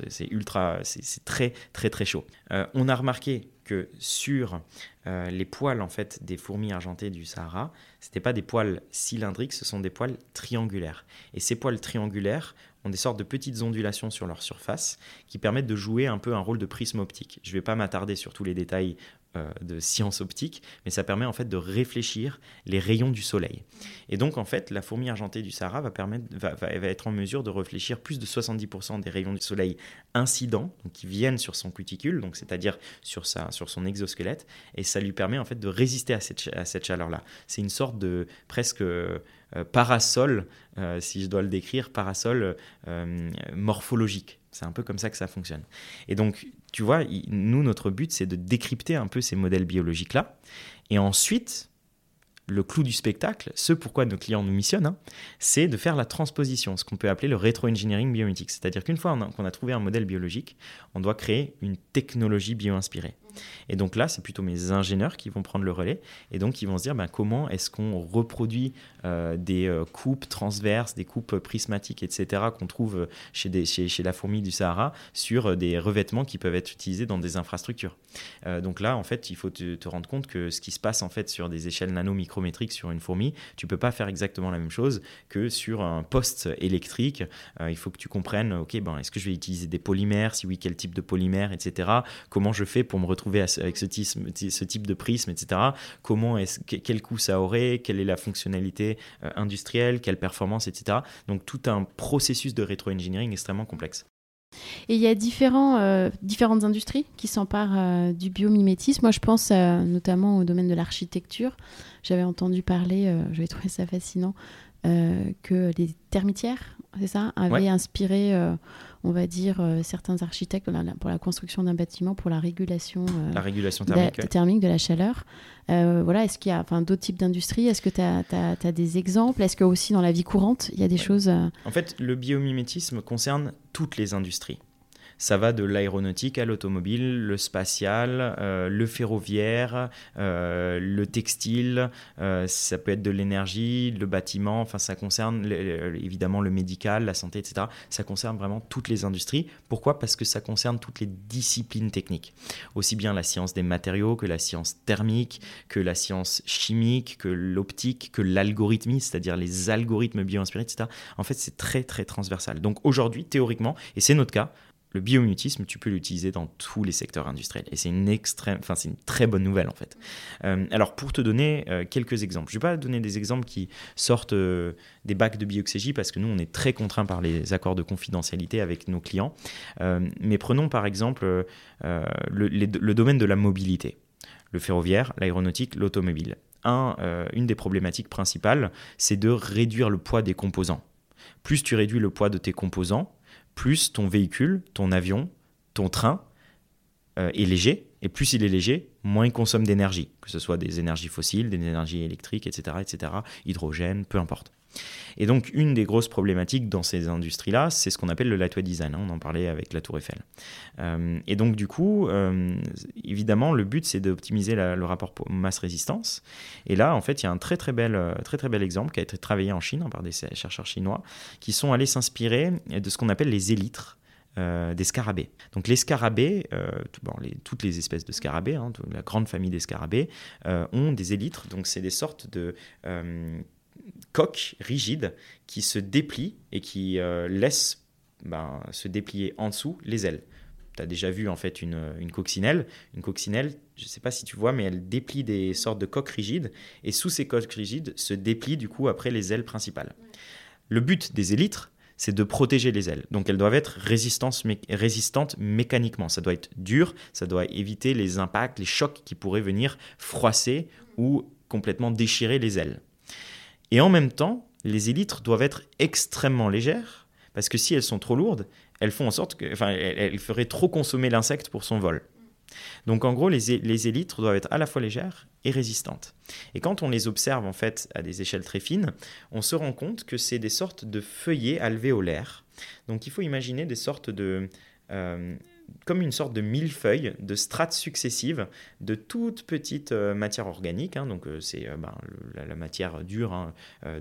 C'est très très très chaud. On a remarqué que sur les poils en fait des fourmis argentées du Sahara, c'était pas des poils cylindriques, ce sont des poils triangulaires. Et ces poils triangulaires ont des sortes de petites ondulations sur leur surface qui permettent de jouer un peu un rôle de prisme optique. Je ne vais pas m'attarder sur tous les détails de science optique, mais ça permet en fait de réfléchir les rayons du soleil. Et donc en fait, la fourmi argentée du Sahara va être en mesure de réfléchir plus de 70% des rayons du soleil incidents, donc qui viennent sur son cuticule, donc c'est-à-dire sur son exosquelette, et ça lui permet en fait de résister à cette chaleur-là. C'est une sorte de presque parasol, si je dois le décrire, parasol morphologique. C'est un peu comme ça que ça fonctionne. Et donc, tu vois, nous, notre but, c'est de décrypter un peu ces modèles biologiques-là. Et ensuite, le clou du spectacle, ce pourquoi nos clients nous missionnent, c'est de faire la transposition, ce qu'on peut appeler le rétro-engineering biomimétique. C'est-à-dire qu'une fois qu'on a trouvé un modèle biologique, on doit créer une technologie bio-inspirée. Et donc là, c'est plutôt mes ingénieurs qui vont prendre le relais et donc ils vont se dire comment est-ce qu'on reproduit des coupes transverses, des coupes prismatiques, etc. qu'on trouve chez la fourmi du Sahara sur des revêtements qui peuvent être utilisés dans des infrastructures. Donc là, en fait, il faut te rendre compte que ce qui se passe en fait sur des échelles nano-micrométriques sur une fourmi, tu peux pas faire exactement la même chose que sur un poste électrique. Il faut que tu comprennes, est-ce que je vais utiliser des polymères, si oui, quel type de polymère, etc. Comment je fais pour me retrouver avec ce type de prisme, etc. Quel coût ça aurait, quelle est la fonctionnalité industrielle, quelle performance, etc. Donc tout un processus de rétro-engineering extrêmement complexe. Et il y a différentes industries qui s'emparent du biomimétisme. Moi, je pense notamment au domaine de l'architecture. J'avais entendu parler, j'avais trouvé ça fascinant, que les termitières, c'est ça, avaient inspiré, on va dire, certains architectes pour la construction d'un bâtiment, pour la régulation thermique de la chaleur. Est-ce qu'il y a d'autres types d'industries ? Est-ce que tu as des exemples ? Est-ce que aussi dans la vie courante, il y a des choses... En fait, le biomimétisme concerne toutes les industries. Ça va de l'aéronautique à l'automobile, le spatial, le ferroviaire, le textile, ça peut être de l'énergie, le bâtiment, enfin ça concerne évidemment le médical, la santé, etc. Ça concerne vraiment toutes les industries. Pourquoi ? Parce que ça concerne toutes les disciplines techniques. Aussi bien la science des matériaux que la science thermique, que la science chimique, que l'optique, que l'algorithmie, c'est-à-dire les algorithmes bio-inspirés, etc. En fait, c'est très très transversal. Donc aujourd'hui, théoriquement, et c'est notre cas, le biomimétisme, tu peux l'utiliser dans tous les secteurs industriels. Et c'est une très bonne nouvelle, en fait. Alors, pour te donner quelques exemples, je ne vais pas donner des exemples qui sortent des bacs de Bioxégie, parce que nous, on est très contraints par les accords de confidentialité avec nos clients. Mais prenons, par exemple, le domaine de la mobilité. Le ferroviaire, l'aéronautique, l'automobile. Une des problématiques principales, c'est de réduire le poids des composants. Plus tu réduis le poids de tes composants, plus ton véhicule, ton avion, ton train est léger, et plus il est léger, moins il consomme d'énergie, que ce soit des énergies fossiles, des énergies électriques, etc., hydrogène, peu importe. Et donc, une des grosses problématiques dans ces industries-là, c'est ce qu'on appelle le lightweight design. On en parlait avec la Tour Eiffel. Et donc, du coup, évidemment, le but, c'est d'optimiser le rapport masse-résistance. Et là, en fait, il y a un très bel exemple qui a été travaillé en Chine par des chercheurs chinois qui sont allés s'inspirer de ce qu'on appelle les élytres des scarabées. Donc les scarabées, toutes les espèces de scarabées, la grande famille des scarabées, ont des élytres. Donc c'est des sortes de coques rigides qui se déplient et qui laissent se déplier en dessous les ailes. Tu as déjà vu en fait une coccinelle. Une coccinelle, je ne sais pas si tu vois, mais elle déplie des sortes de coques rigides et sous ces coques rigides se déplient du coup après les ailes principales. Le but des élytres, c'est de protéger les ailes. Donc elles doivent être résistantes mécaniquement. Ça doit être dur, ça doit éviter les impacts, les chocs qui pourraient venir froisser ou complètement déchirer les ailes. Et en même temps, les élytres doivent être extrêmement légères, parce que si elles sont trop lourdes, elles feraient trop consommer l'insecte pour son vol. Donc en gros, les élytres doivent être à la fois légères et résistantes. Et quand on les observe en fait à des échelles très fines, on se rend compte que c'est des sortes de feuillets alvéolaires. Donc il faut imaginer des sortes de... comme une sorte de millefeuille de strates successives de toutes petites matières organiques. Donc c'est la matière dure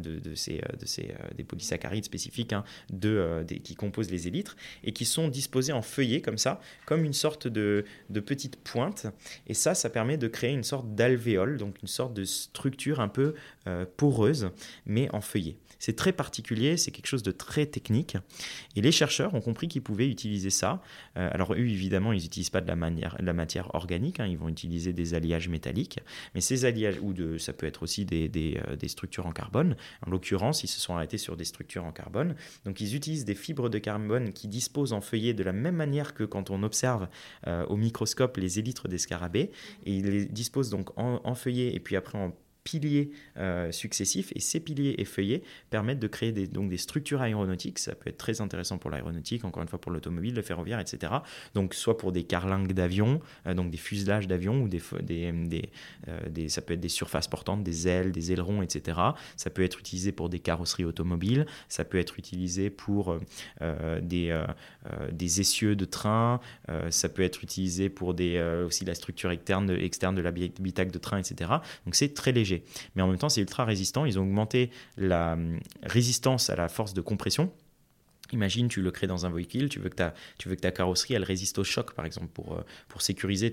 des polysaccharides spécifiques qui composent les élytres et qui sont disposés en feuillets comme ça, comme une sorte de petite pointe. Et ça permet de créer une sorte d'alvéole, donc une sorte de structure un peu poreuse, mais en feuillet. C'est très particulier, c'est quelque chose de très technique. Et les chercheurs ont compris qu'ils pouvaient utiliser ça. Alors eux, évidemment, ils n'utilisent pas de la matière organique, ils vont utiliser des alliages métalliques. Mais ces alliages, ça peut être aussi des structures en carbone. En l'occurrence, ils se sont arrêtés sur des structures en carbone. Donc ils utilisent des fibres de carbone qui disposent en feuillet de la même manière que quand on observe au microscope les élytres des scarabées. Et ils les disposent donc en feuillet et puis après en piliers successifs, et ces piliers et feuillets permettent de créer des structures aéronautiques. Ça peut être très intéressant pour l'aéronautique, encore une fois pour l'automobile, le ferroviaire, etc. Donc soit pour des carlingues d'avions, donc des fuselages d'avions, ou ça peut être des surfaces portantes, des ailes, des ailerons, etc. Ça peut être utilisé pour des carrosseries automobiles, ça peut être utilisé pour des essieux de train, ça peut être utilisé pour aussi la structure externe de l'habitacle de train, etc. Donc c'est très léger. Mais en même temps, c'est ultra résistant. Ils ont augmenté la résistance à la force de compression. Imagine, tu le crées dans un véhicule, tu veux que ta carrosserie elle résiste au choc, par exemple, pour sécuriser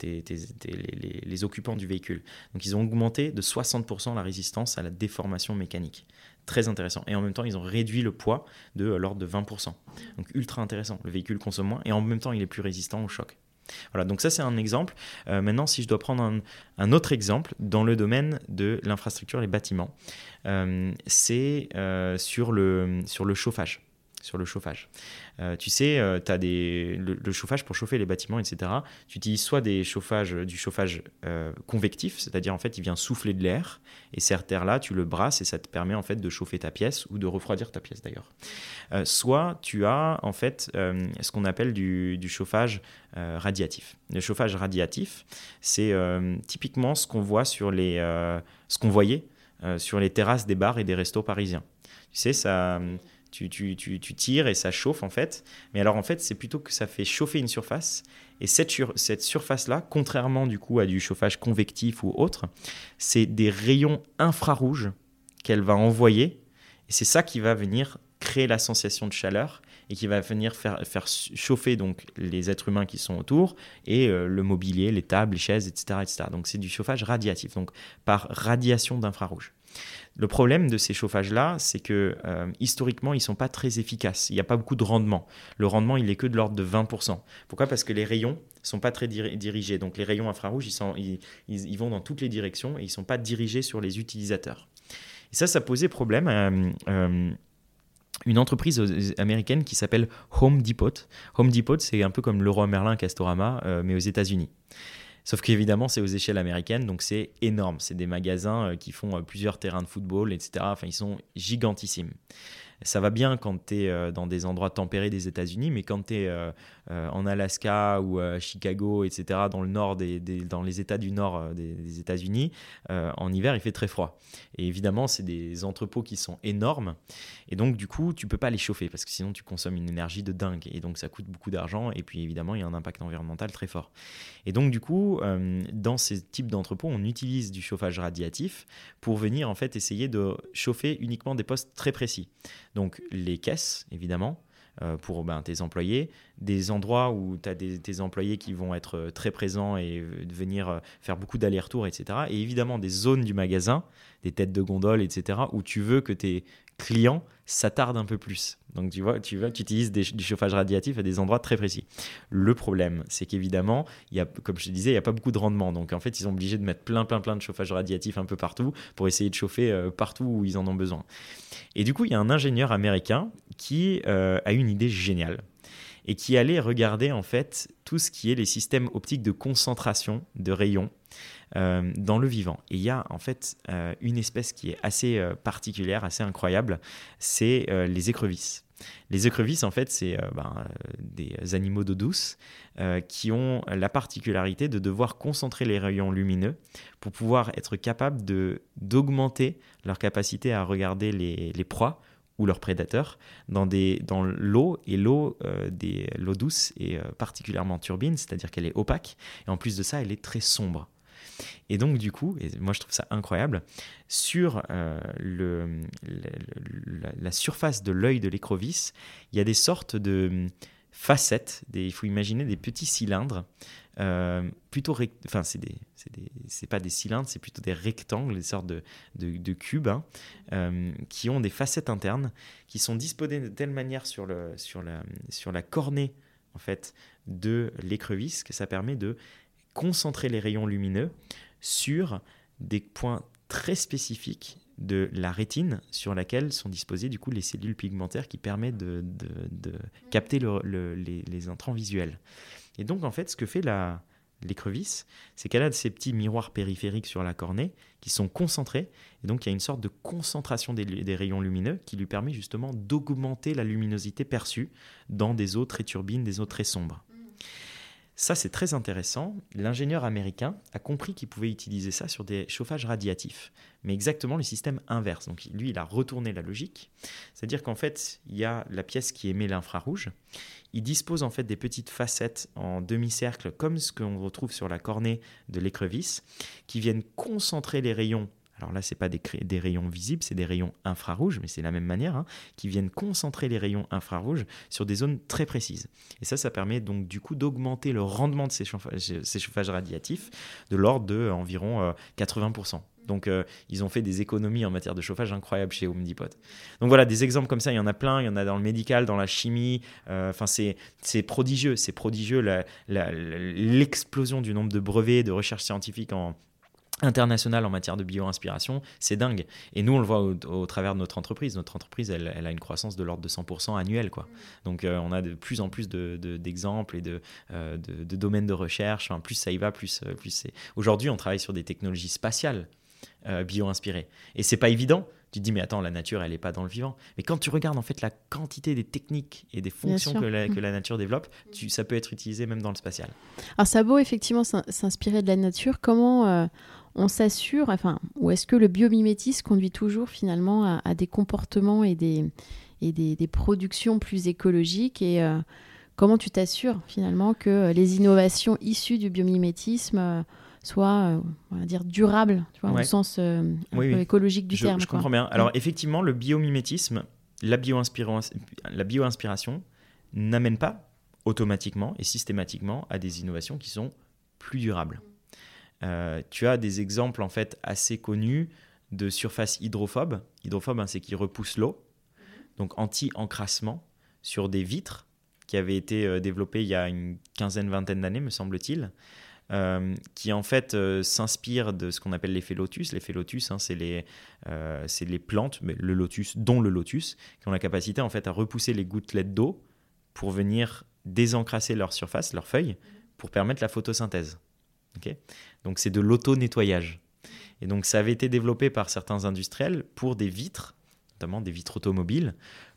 les occupants du véhicule. Donc, ils ont augmenté de 60% la résistance à la déformation mécanique. Très intéressant. Et en même temps, ils ont réduit le poids de l'ordre de 20%. Donc, ultra intéressant. Le véhicule consomme moins et en même temps, il est plus résistant au choc. Voilà, donc ça c'est un exemple. Maintenant, si je dois prendre un autre exemple dans le domaine de l'infrastructure, les bâtiments, c'est sur le chauffage. Sur le chauffage. Tu sais, tu as le chauffage pour chauffer les bâtiments, etc. Tu utilises soit du chauffage convectif, c'est-à-dire en fait il vient souffler de l'air et cet air-là tu le brasses et ça te permet en fait de chauffer ta pièce ou de refroidir ta pièce d'ailleurs. Soit tu as en fait ce qu'on appelle du chauffage radiatif. Le chauffage radiatif, c'est typiquement ce qu'on voit sur ce qu'on voyait sur les terrasses des bars et des restos parisiens. Tu sais, ça... Tu tires et ça chauffe en fait. Mais alors en fait, c'est plutôt que ça fait chauffer une surface. Et cette surface-là, contrairement du coup à du chauffage convectif ou autre, c'est des rayons infrarouges qu'elle va envoyer. Et c'est ça qui va venir créer la sensation de chaleur et qui va venir faire chauffer donc les êtres humains qui sont autour et le mobilier, les tables, les chaises, etc., etc. Donc c'est du chauffage radiatif, donc par radiation d'infrarouge. Le problème de ces chauffages-là, c'est que historiquement, ils ne sont pas très efficaces. Il n'y a pas beaucoup de rendement. Le rendement, il n'est que de l'ordre de 20%. Pourquoi ? Parce que les rayons ne sont pas très dirigés. Donc les rayons infrarouges, ils vont dans toutes les directions et ils ne sont pas dirigés sur les utilisateurs. Et ça posait problème à une entreprise américaine qui s'appelle Home Depot. Home Depot, c'est un peu comme Leroy Merlin, Castorama, mais aux États-Unis. Sauf qu'évidemment, c'est aux échelles américaines, donc c'est énorme. C'est des magasins qui font plusieurs terrains de football, etc. Enfin, ils sont gigantissimes. ça va bien quand tu es dans des endroits tempérés des États-Unis, mais quand tu es en Alaska ou à Chicago, etc., dans le nord dans les États du nord des États-Unis, en hiver, il fait très froid. Et évidemment, c'est des entrepôts qui sont énormes. Et donc, du coup, tu ne peux pas les chauffer parce que sinon, tu consommes une énergie de dingue. Et donc, ça coûte beaucoup d'argent. Et puis, évidemment, il y a un impact environnemental très fort. Et donc, du coup, dans ces types d'entrepôts, on utilise du chauffage radiatif pour venir, en fait, essayer de chauffer uniquement des postes très précis. Donc, les caisses, évidemment, pour tes employés, des endroits où tu as tes employés qui vont être très présents et venir faire beaucoup d'allers-retours, etc. Et évidemment, des zones du magasin, des têtes de gondole, etc., où tu veux que tes clients s'attardent un peu plus. Donc, tu utilises du chauffage radiatif à des endroits très précis. Le problème, c'est qu'évidemment, comme je te disais, il n'y a pas beaucoup de rendement. Donc, en fait, ils sont obligés de mettre plein de chauffage radiatif un peu partout pour essayer de chauffer partout où ils en ont besoin. Et du coup, il y a un ingénieur américain qui a une idée géniale et qui allait regarder en fait tout ce qui est les systèmes optiques de concentration de rayons dans le vivant. Et il y a en fait une espèce qui est assez particulière, assez incroyable, c'est les écrevisses. Les écrevisses, en fait, c'est des animaux d'eau douce qui ont la particularité de devoir concentrer les rayons lumineux pour pouvoir être capables d'augmenter leur capacité à regarder les proies ou leurs prédateurs dans l'eau. Et l'eau douce est particulièrement turbine, c'est-à-dire qu'elle est opaque. Et en plus de ça, elle est très sombre. Et donc, du coup, et moi je trouve ça incroyable, sur la surface de l'œil de l'écrevisse, il y a des sortes de facettes, il faut imaginer des petits cylindres, c'est pas des cylindres, c'est plutôt des rectangles, des sortes de cubes, qui ont des facettes internes, qui sont disposées de telle manière sur la cornée en fait, de l'écrevisse que ça permet de concentrer les rayons lumineux sur des points très spécifiques de la rétine sur laquelle sont disposées du coup les cellules pigmentaires qui permettent de capter les intrants visuels. Et donc en fait ce que fait l'écrevisse, c'est qu'elle a ces petits miroirs périphériques sur la cornée qui sont concentrés, et donc il y a une sorte de concentration des rayons lumineux qui lui permet justement d'augmenter la luminosité perçue dans des eaux très turbines, des eaux très sombres. Ça, c'est très intéressant. L'ingénieur américain a compris qu'il pouvait utiliser ça sur des chauffages radiatifs, mais exactement le système inverse. Donc lui, il a retourné la logique, c'est-à-dire qu'en fait, il y a la pièce qui émet l'infrarouge. Il dispose en fait des petites facettes en demi-cercle, comme ce qu'on retrouve sur la cornée de l'écrevisse, qui viennent concentrer les rayons. Alors là, ce n'est pas des rayons visibles, c'est des rayons infrarouges, mais c'est la même manière, qui viennent concentrer les rayons infrarouges sur des zones très précises. Et ça permet donc du coup d'augmenter le rendement de ces chauffages radiatifs de l'ordre d'environ 80%. Donc, ils ont fait des économies en matière de chauffage incroyables chez Home Depot. Donc voilà, des exemples comme ça, il y en a plein. Il y en a dans le médical, dans la chimie. C'est prodigieux. C'est prodigieux l'explosion du nombre de brevets, de recherches scientifiques internationale en matière de bio-inspiration, c'est dingue. Et nous, on le voit au travers de notre entreprise. Notre entreprise, elle a une croissance de l'ordre de 100% annuelle, quoi. Donc, on a de plus en plus d'exemples et de domaines de recherche. Enfin, plus ça y va, plus c'est... Aujourd'hui, on travaille sur des technologies spatiales bio-inspirées. Et c'est pas évident. Tu te dis, mais attends, la nature, elle n'est pas dans le vivant. Mais quand tu regardes en fait la quantité des techniques et des fonctions que la nature développe, ça peut être utilisé même dans le spatial. Alors, ça a beau effectivement s'inspirer de la nature, comment on s'assure, ou est-ce que le biomimétisme conduit toujours finalement à des comportements et des productions plus écologiques et comment tu t'assures finalement que les innovations issues du biomimétisme soient, on va dire, durables, tu vois, au sens peu écologique du terme. Je comprends bien. Alors effectivement, le biomimétisme, la bio-inspiration n'amène pas automatiquement et systématiquement à des innovations qui sont plus durables. Tu as des exemples en fait assez connus de surfaces hydrophobes. Hydrophobes, c'est qui repoussent l'eau, donc anti-encrassement sur des vitres qui avaient été développées il y a une vingtaine d'années, me semble-t-il, qui en fait s'inspirent de ce qu'on appelle l'effet lotus. L'effet lotus, c'est les plantes, mais le lotus, dont le lotus, qui ont la capacité en fait à repousser les gouttelettes d'eau pour venir désencrasser leur surface, leurs feuilles, pour permettre la photosynthèse. Okay, donc c'est de l'auto-nettoyage. Et donc ça avait été développé par certains industriels pour des vitres, notamment des vitres automobiles,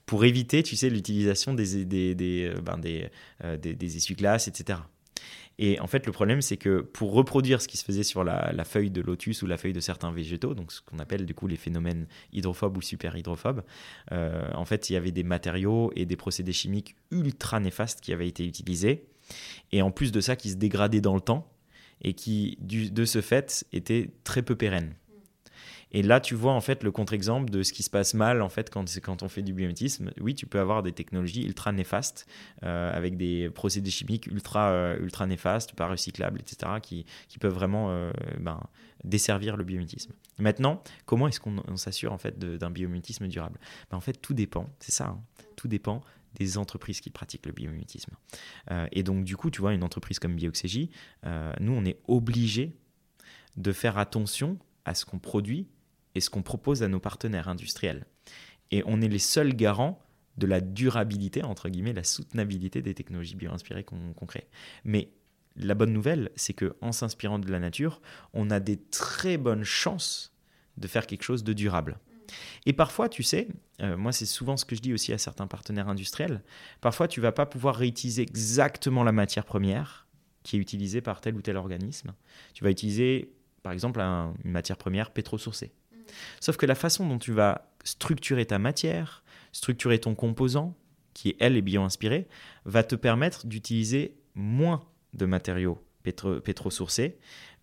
pour éviter, tu sais, l'utilisation des essuie-glaces, etc. Et en fait, le problème, c'est que pour reproduire ce qui se faisait sur la feuille de lotus ou la feuille de certains végétaux, donc ce qu'on appelle du coup les phénomènes hydrophobes ou super hydrophobes, en fait, il y avait des matériaux et des procédés chimiques ultra néfastes qui avaient été utilisés, et en plus de ça, qui se dégradaient dans le temps et qui, de ce fait, étaient très peu pérennes. Et là, tu vois en fait le contre-exemple de ce qui se passe mal en fait quand on fait du biomimétisme. Oui, tu peux avoir des technologies ultra néfastes avec des procédés chimiques ultra néfastes, pas recyclables, etc., qui peuvent vraiment desservir le biomimétisme. Maintenant, comment est-ce qu'on s'assure en fait d'un biomimétisme durable ? En fait, tout dépend. C'est ça. Hein, tout dépend des entreprises qui pratiquent le biomimétisme. Et donc, du coup, tu vois, une entreprise comme Bioxégie, nous, on est obligé de faire attention à ce qu'on produit et ce qu'on propose à nos partenaires industriels. Et on est les seuls garants de la durabilité, entre guillemets, la soutenabilité des technologies bio-inspirées qu'on crée. Mais la bonne nouvelle, c'est qu'en s'inspirant de la nature, on a des très bonnes chances de faire quelque chose de durable. Et parfois, tu sais, moi c'est souvent ce que je dis aussi à certains partenaires industriels, parfois tu ne vas pas pouvoir réutiliser exactement la matière première qui est utilisée par tel ou tel organisme. Tu vas utiliser, par exemple, une matière première pétrosourcée. Sauf que la façon dont tu vas structurer ta matière, structurer ton composant, qui elle est bio-inspiré, va te permettre d'utiliser moins de matériaux pétrosourcés,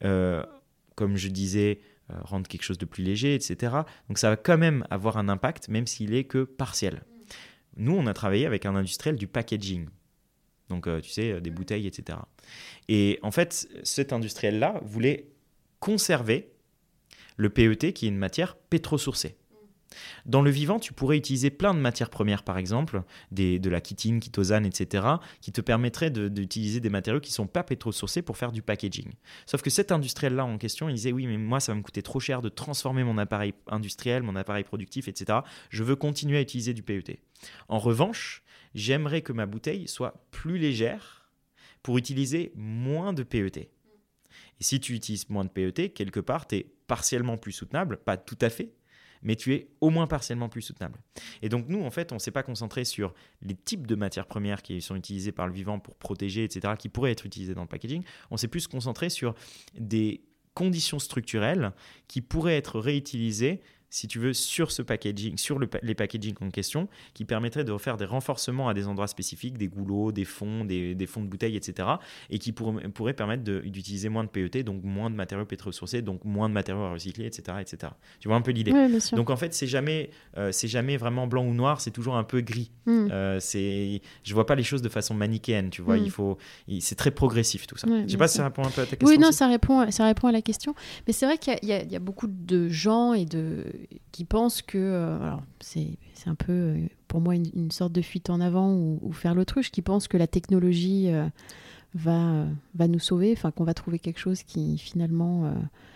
comme je disais, rendre quelque chose de plus léger, etc. Donc ça va quand même avoir un impact, même s'il est que partiel. Nous, on a travaillé avec un industriel du packaging, donc tu sais, des bouteilles, etc. Et en fait, cet industriel-là voulait conserver le PET, qui est une matière pétrosourcée. Dans le vivant, tu pourrais utiliser plein de matières premières, par exemple, de la chitine, chitosane, etc., qui te permettraient d'utiliser des matériaux qui ne sont pas pétrosourcés pour faire du packaging. Sauf que cet industriel-là en question, il disait « Oui, mais moi, ça va me coûter trop cher de transformer mon appareil industriel, mon appareil productif, etc. Je veux continuer à utiliser du PET. En revanche, j'aimerais que ma bouteille soit plus légère pour utiliser moins de PET. » Et si tu utilises moins de PET, quelque part, tu es partiellement plus soutenable, pas tout à fait, mais tu es au moins partiellement plus soutenable. Et donc nous, en fait, on ne s'est pas concentré sur les types de matières premières qui sont utilisées par le vivant pour protéger, etc., qui pourraient être utilisées dans le packaging. On s'est plus concentré sur des conditions structurelles qui pourraient être réutilisées, si tu veux, sur ce packaging, sur les packaging en question, qui permettraient de refaire des renforcements à des endroits spécifiques, des goulots, des fonds, des fonds de bouteilles, etc., et qui pourraient permettre d'utiliser moins de PET, donc moins de matériaux pétrosourcés, donc moins de matériaux à recycler, etc., etc. Tu vois un peu l'idée. Oui, bien sûr. Donc en fait, c'est jamais vraiment blanc ou noir, c'est toujours un peu gris. Je vois pas les choses de façon manichéenne, tu vois. C'est très progressif tout ça. Je sais pas si ça répond un peu à ta question. Oui, non, ça répond à la question. Mais c'est vrai qu'il y a beaucoup de gens qui pensent que, alors c'est un peu pour moi une sorte de fuite en avant ou faire l'autruche, qui pensent que la technologie va nous sauver, enfin qu'on va trouver quelque chose qui finalement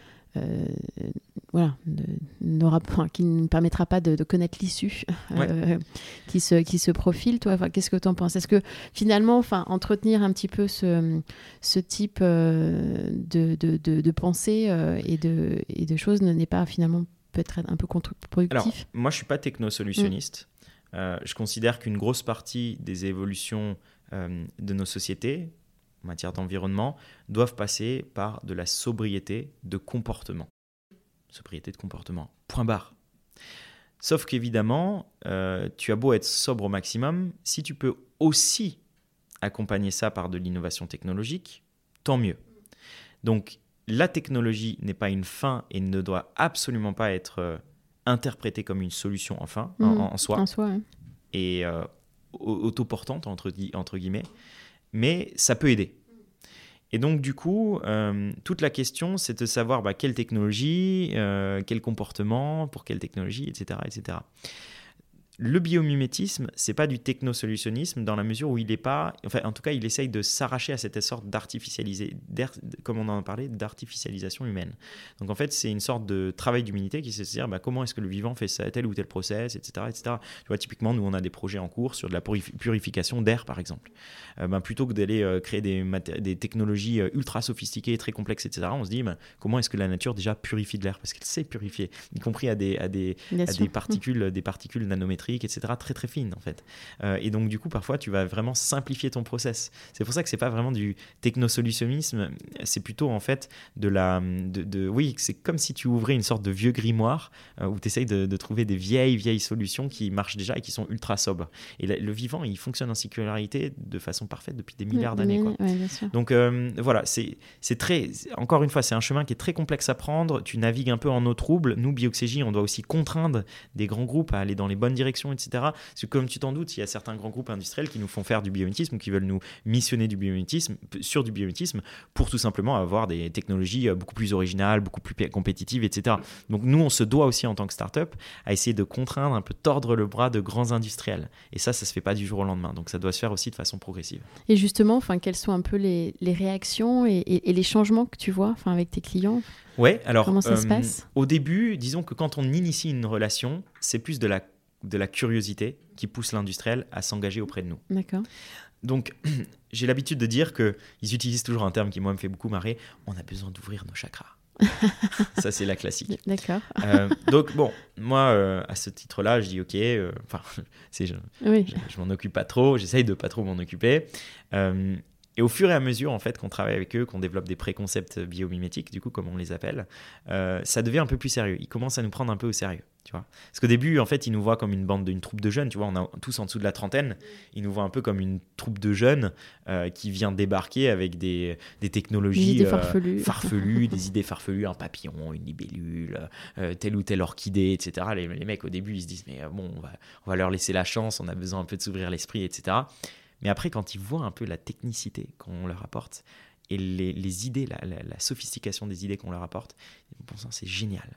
qui ne nous permettra pas de connaître l'issue qui se profile. Toi, qu'est-ce que tu en penses ? Est-ce que finalement, entretenir un petit peu ce type de pensée et de choses n'est pas finalement peut-être un peu contre-productif ? Alors, moi, je ne suis pas technosolutionniste. Je considère qu'une grosse partie des évolutions de nos sociétés, en matière d'environnement, doivent passer par de la sobriété de comportement. Sobriété de comportement, point barre. Sauf qu'évidemment, tu as beau être sobre au maximum, si tu peux aussi accompagner ça par de l'innovation technologique, tant mieux. Donc, la technologie n'est pas une fin et ne doit absolument pas être interprétée comme une solution en soi. En soi, ouais. Et autoportante, entre guillemets. Mais ça peut aider. Et donc, du coup, toute la question, c'est de savoir quelle technologie, quel comportement, pour quelle technologie, etc., etc. Le biomimétisme, c'est pas du technosolutionnisme dans la mesure où il est pas... Enfin, en tout cas, il essaye de s'arracher à cette sorte comme on en a parlé, d'artificialisation humaine. Donc, en fait, c'est une sorte de travail d'humanité qui c'est de se dire comment est-ce que le vivant fait ça, tel ou tel process, etc., etc. Tu vois, typiquement, nous, on a des projets en cours sur de la purification d'air, par exemple. Plutôt que d'aller créer des technologies ultra sophistiquées, très complexes, etc., on se dit comment est-ce que la nature déjà purifie de l'air ? Parce qu'elle sait purifier, y compris à des particules nanométriques. métriques, etc., très très fines en fait. Et donc du coup, parfois, tu vas vraiment simplifier ton process. C'est pour ça que c'est pas vraiment du technosolutionnisme, c'est plutôt en fait oui, c'est comme si tu ouvrais une sorte de vieux grimoire où tu essayes de trouver des vieilles solutions qui marchent déjà et qui sont ultra sobres. Et le vivant, il fonctionne en singularité de façon parfaite depuis des milliards d'années, quoi. Ouais, bien sûr. Donc voilà, encore une fois, c'est un chemin qui est très complexe à prendre. Tu navigues un peu en eau trouble. Nous, Bioxégie, on doit aussi contraindre des grands groupes à aller dans les bonnes directions, etc. Parce que comme tu t'en doutes, il y a certains grands groupes industriels qui nous font faire du biomimétisme ou qui veulent nous missionner sur du biomimétisme pour tout simplement avoir des technologies beaucoup plus originales, beaucoup plus compétitives, etc. Donc nous, on se doit aussi en tant que start-up à essayer de contraindre, un peu tordre le bras de grands industriels. Et ça se fait pas du jour au lendemain. Donc ça doit se faire aussi de façon progressive. Et justement, quelles sont un peu les réactions et les changements que tu vois avec tes clients? Ouais, alors comment ça se passe? Au début, disons que quand on initie une relation, c'est plus de la curiosité qui pousse l'industriel à s'engager auprès de nous. D'accord. Donc, j'ai l'habitude de dire qu'ils utilisent toujours un terme qui, moi, me fait beaucoup marrer. On a besoin d'ouvrir nos chakras. Ça, c'est la classique. D'accord. Donc, bon, moi, à ce titre-là, je dis OK. Je m'en occupe pas trop. J'essaye de pas trop m'en occuper. Et au fur et à mesure, en fait, qu'on travaille avec eux, qu'on développe des préconcepts biomimétiques, du coup, comme on les appelle, ça devient un peu plus sérieux. Ils commencent à nous prendre un peu au sérieux, tu vois. Parce qu'au début, en fait, ils nous voient comme une troupe de jeunes, tu vois. On a tous en dessous de la trentaine. Ils nous voient un peu comme une troupe de jeunes qui vient débarquer avec des technologies farfelues, des idées farfelues, un papillon, une libellule, telle ou telle orchidée, etc. Les mecs, au début, ils se disent, mais bon, on va leur laisser la chance, on a besoin un peu de s'ouvrir l'esprit, etc. Mais après, quand ils voient un peu la technicité qu'on leur apporte et les idées, la sophistication des idées qu'on leur apporte, bon sang, c'est génial.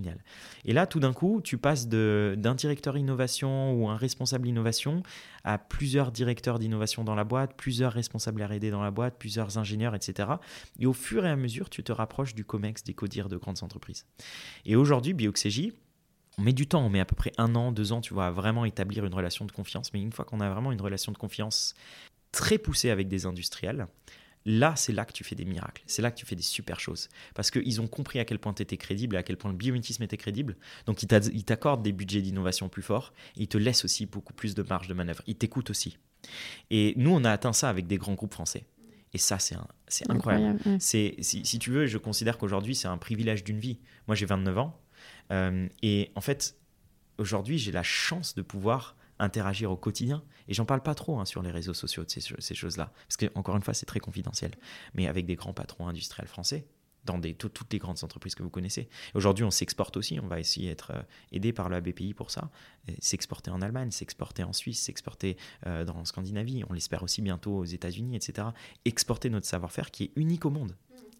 Et là, tout d'un coup, tu passes d'un directeur innovation ou un responsable innovation à plusieurs directeurs d'innovation dans la boîte, plusieurs responsables R&D dans la boîte, plusieurs ingénieurs, etc. Et au fur et à mesure, tu te rapproches du COMEX, des CODIR de grandes entreprises. Et aujourd'hui, Bioxégie, on met du temps, on met à peu près 1 an, 2 ans, tu vois, à vraiment établir une relation de confiance. Mais une fois qu'on a vraiment une relation de confiance très poussée avec des industriels, là, c'est là que tu fais des miracles. C'est là que tu fais des super choses. Parce qu'ils ont compris à quel point tu étais crédible et à quel point le biomimétisme était crédible. Donc, ils t'accordent des budgets d'innovation plus forts. Et ils te laissent aussi beaucoup plus de marge de manœuvre. Ils t'écoutent aussi. Et nous, on a atteint ça avec des grands groupes français. Et ça, c'est incroyable. Ouais. Si tu veux, je considère qu'aujourd'hui, c'est un privilège d'une vie. Moi, j'ai 29 ans. Et en fait, aujourd'hui, j'ai la chance de pouvoir interagir au quotidien. Et j'en parle pas trop sur les réseaux sociaux de ces choses-là. Parce que, encore une fois, c'est très confidentiel. Mais avec des grands patrons industriels français, dans toutes les grandes entreprises que vous connaissez. Aujourd'hui, on s'exporte aussi. On va essayer d'être aidé par la BPI pour ça. S'exporter en Allemagne, s'exporter en Suisse, s'exporter en Scandinavie. On l'espère aussi bientôt aux États-Unis, etc. Exporter notre savoir-faire qui est unique au monde.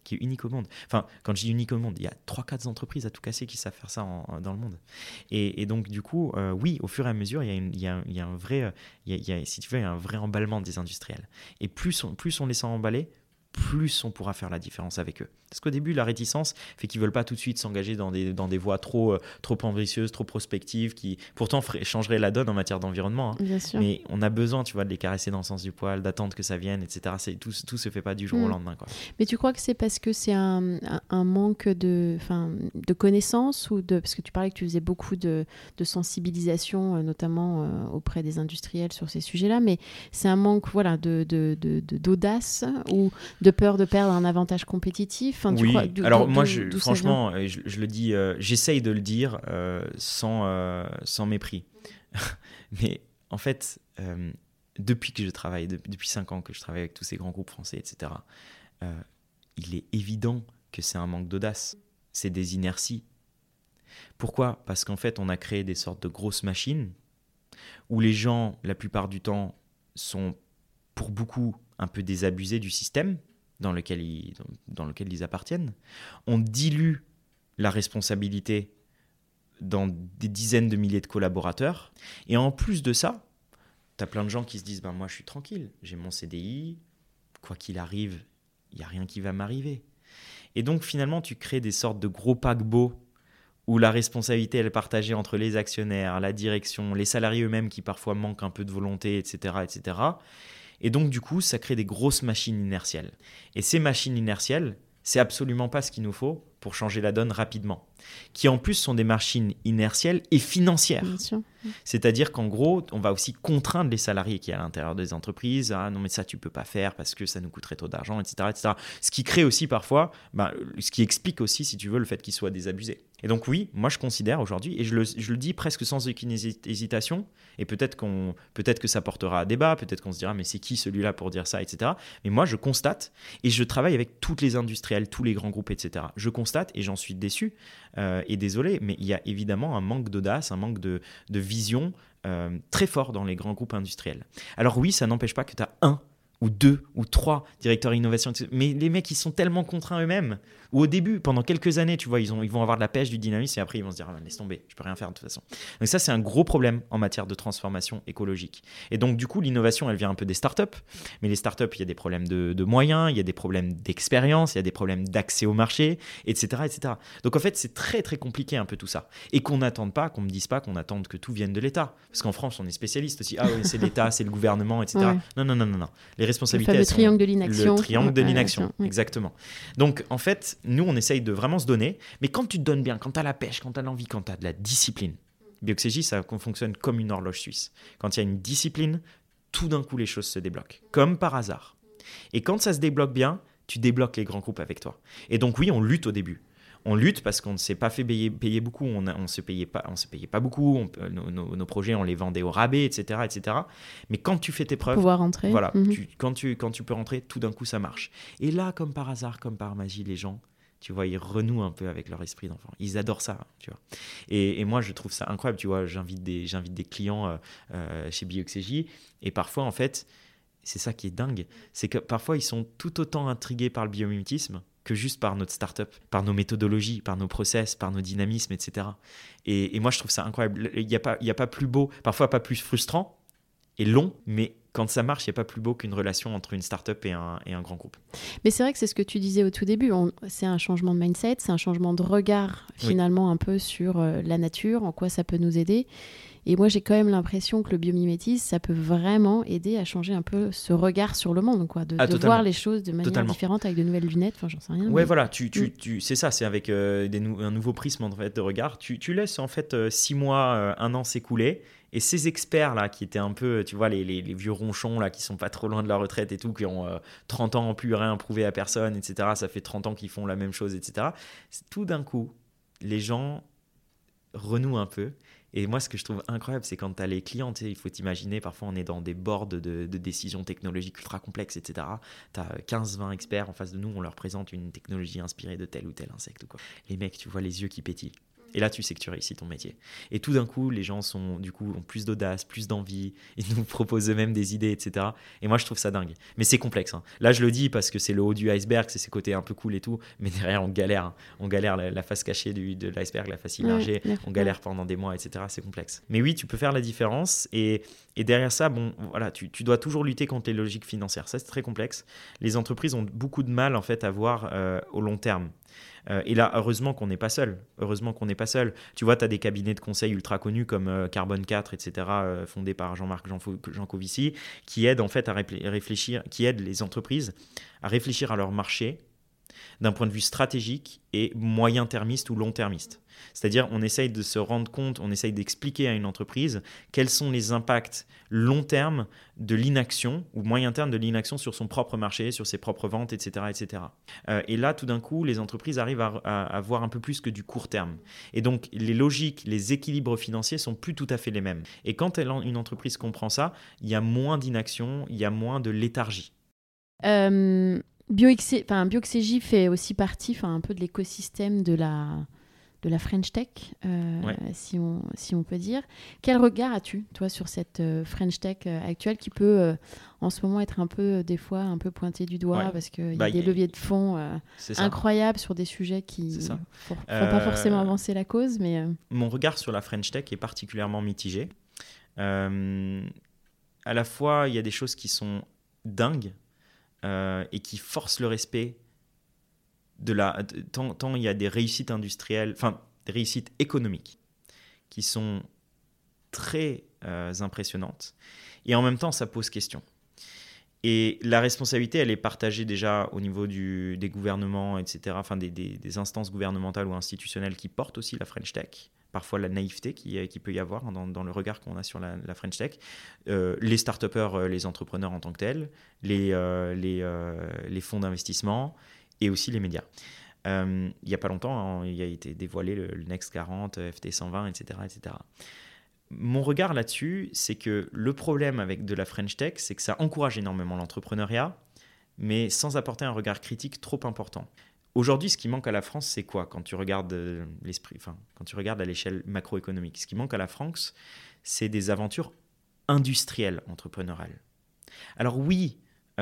Enfin, quand je dis unique au monde, il y a 3-4 entreprises à tout casser qui savent faire ça dans le monde. Et donc, du coup, oui, au fur et à mesure, il y a un vrai, si tu veux, il y a un vrai emballement des industriels. Et plus on les sent emballer, plus on pourra faire la différence avec eux. Parce qu'au début, la réticence fait qu'ils ne veulent pas tout de suite s'engager dans des voies trop ambitieuses, trop prospectives, qui pourtant changeraient la donne en matière d'environnement. Bien sûr. Mais on a besoin, tu vois, de les caresser dans le sens du poil, d'attendre que ça vienne, etc. Tout se fait pas du jour au lendemain, quoi. Mais tu crois que c'est parce que c'est un manque de connaissances parce que tu parlais que tu faisais beaucoup de sensibilisation, notamment auprès des industriels sur ces sujets-là, mais c'est un manque d'audace ou de peur de perdre un avantage compétitif? Oui, alors moi, franchement, je le dis, j'essaye de le dire sans mépris. Mais en fait, depuis que je travaille, depuis 5 ans que je travaille avec tous ces grands groupes français, etc., il est évident que c'est un manque d'audace. C'est des inerties. Pourquoi ? Parce qu'en fait, on a créé des sortes de grosses machines où les gens, la plupart du temps, sont pour beaucoup un peu désabusés du système dans lequel ils appartiennent. On dilue la responsabilité dans des dizaines de milliers de collaborateurs. Et en plus de ça, tu as plein de gens qui se disent moi je suis tranquille, j'ai mon CDI, quoi qu'il arrive, il n'y a rien qui va m'arriver. Et donc finalement, tu crées des sortes de gros paquebots où la responsabilité elle est partagée entre les actionnaires, la direction, les salariés eux-mêmes qui parfois manquent un peu de volonté, etc., etc. Et donc, du coup, ça crée des grosses machines inertielles. Et ces machines inertielles, c'est absolument pas ce qu'il nous faut pour changer la donne rapidement. qui en plus sont des machines inertielles et financières. Bien sûr. C'est-à-dire qu'en gros, on va aussi contraindre les salariés qui sont à l'intérieur des entreprises. Ah non, mais ça, tu peux pas faire parce que ça nous coûterait trop d'argent, etc., etc. Ce qui crée aussi parfois, ce qui explique aussi, si tu veux, le fait qu'ils soient désabusés. Et donc oui, moi je considère aujourd'hui, et je le dis presque sans aucune hésitation, et peut-être que ça portera à débat, peut-être qu'on se dira mais c'est qui celui-là pour dire ça, etc. Mais moi je constate, et je travaille avec toutes les industriels, tous les grands groupes, etc. Je constate, et j'en suis déçu et désolé, mais il y a évidemment un manque d'audace, un manque de vision très fort dans les grands groupes industriels. Alors oui, ça n'empêche pas que tu as 1 ou 2 ou 3 directeurs innovation, mais les mecs ils sont tellement contraints eux-mêmes, ou au début, pendant quelques années, tu vois, ils vont avoir de la pêche, du dynamisme, et après ils vont se dire laisse tomber, je peux rien faire de toute façon. Donc ça c'est un gros problème en matière de transformation écologique. Et donc du coup l'innovation elle vient un peu des startups, mais les startups il y a des problèmes de moyens, il y a des problèmes d'expérience, il y a des problèmes d'accès au marché, etc., etc. Donc en fait c'est très très compliqué un peu tout ça, et qu'on n'attende pas, qu'on me dise pas qu'on attende que tout vienne de l'État, parce qu'en France on est spécialiste aussi, ah oui c'est l'État, c'est le gouvernement, etc. Ouais. Non. Les responsabilités, le triangle de l'inaction. Le triangle de l'inaction, exactement. Donc en fait nous on essaye de vraiment se donner, mais quand tu te donnes bien, quand tu as la pêche, quand tu as l'envie, quand tu as de la discipline, Bioxégie, ça fonctionne comme une horloge suisse. Quand il y a une discipline, tout d'un coup les choses se débloquent, comme par hasard. Et quand ça se débloque bien, tu débloques les grands groupes avec toi. Et donc oui, on lutte au début. On lutte parce qu'on ne s'est pas fait payer beaucoup, on ne se payait pas beaucoup, nos projets on les vendait au rabais, etc., etc. Mais quand tu fais tes preuves, pouvoir rentrer. Voilà, quand tu peux rentrer, tout d'un coup ça marche. Et là, comme par hasard, comme par magie, les gens, tu vois, ils renouent un peu avec leur esprit d'enfant. Ils adorent ça, tu vois. Et moi, je trouve ça incroyable, tu vois. J'invite des clients chez Bioxégie, et parfois, en fait, c'est ça qui est dingue, c'est que parfois, ils sont tout autant intrigués par le biomimétisme que juste par notre start-up, par nos méthodologies, par nos process, par nos dynamismes, etc. Et moi, je trouve ça incroyable. Il n'y a pas plus beau, parfois pas plus frustrant et long, mais quand ça marche, il n'y a pas plus beau qu'une relation entre une start-up et un grand groupe. Mais c'est vrai que c'est ce que tu disais au tout début. C'est un changement de mindset, c'est un changement de regard finalement un peu sur la nature, en quoi ça peut nous aider. Et moi, j'ai quand même l'impression que le biomimétisme, ça peut vraiment aider à changer un peu ce regard sur le monde, quoi, de voir les choses de manière différente avec de nouvelles lunettes. Enfin, j'en sais rien. Ouais, mais... voilà, c'est ça, c'est avec un nouveau prisme en fait, de regard. Tu laisses en fait 6 mois, 1 an s'écouler. Et ces experts-là, qui étaient un peu, tu vois, les vieux ronchons, là, qui sont pas trop loin de la retraite et tout, qui ont 30 ans, plus rien prouvé à personne, etc. Ça fait 30 ans qu'ils font la même chose, etc. Tout d'un coup, les gens renouent un peu. Et moi, ce que je trouve incroyable, c'est quand tu as les clients, il faut t'imaginer, parfois on est dans des boards de décisions technologiques ultra complexes, etc. Tu as 15-20 experts en face de nous, on leur présente une technologie inspirée de tel ou tel insecte. Ou quoi. Les mecs, tu vois les yeux qui pétillent. Et là, tu sais que tu réussis ton métier. Et tout d'un coup, les gens ont plus d'audace, plus d'envie. Ils nous proposent eux-mêmes des idées, etc. Et moi, je trouve ça dingue. Mais c'est complexe. Hein. Là, je le dis parce que c'est le haut du iceberg, c'est ses côtés un peu cool et tout. Mais derrière, on galère. Hein. On galère la face cachée de l'iceberg, la face immergée. On galère pendant des mois, etc. C'est complexe. Mais oui, tu peux faire la différence. Et derrière ça, bon, voilà, tu dois toujours lutter contre les logiques financières. Ça, c'est très complexe. Les entreprises ont beaucoup de mal, en fait, à voir au long terme. Et là, heureusement qu'on n'est pas seul. Tu vois, tu as des cabinets de conseil ultra connus comme Carbone 4, etc., fondés par Jean-Marc Jancovici, qui aident en fait à réfléchir, qui aident les entreprises à réfléchir à leur marché d'un point de vue stratégique et moyen-termiste ou long-termiste. C'est-à-dire, on essaye de se rendre compte, on essaye d'expliquer à une entreprise quels sont les impacts long terme de l'inaction ou moyen terme de l'inaction sur son propre marché, sur ses propres ventes, etc. etc. Et là, tout d'un coup, les entreprises arrivent à voir un peu plus que du court terme. Et donc, les logiques, les équilibres financiers sont plus tout à fait les mêmes. Et quand une entreprise comprend ça, il y a moins d'inaction, il y a moins de léthargie. Bioxégie fait aussi partie un peu de l'écosystème de la French Tech, si on peut dire. Quel regard as-tu, toi, sur cette French Tech actuelle qui peut, en ce moment, être un peu, des fois, un peu pointée du doigt parce qu'il y a des leviers de fonds incroyables sur des sujets qui ne font pas forcément avancer la cause. Mais Mon regard sur la French Tech est particulièrement mitigé. À la fois, il y a des choses qui sont dingues et qui forcent le respect tant il y a des réussites industrielles, enfin des réussites économiques qui sont très impressionnantes, et en même temps ça pose question. Et la responsabilité, elle est partagée déjà au niveau des gouvernements, etc., enfin des instances gouvernementales ou institutionnelles qui portent aussi la French Tech. Parfois la naïveté qui peut y avoir dans le regard qu'on a sur la French Tech. Les start-upers, les entrepreneurs en tant que tels, les fonds d'investissement et aussi les médias. Il n'y a pas longtemps, il a été dévoilé le Next 40, FT 120, etc., etc. Mon regard là-dessus, c'est que le problème avec de la French Tech, c'est que ça encourage énormément l'entrepreneuriat, mais sans apporter un regard critique trop important. Aujourd'hui, ce qui manque à la France, c'est quoi quand tu regardes quand tu regardes à l'échelle macroéconomique? Ce qui manque à la France, c'est des aventures industrielles entrepreneuriales. Alors oui,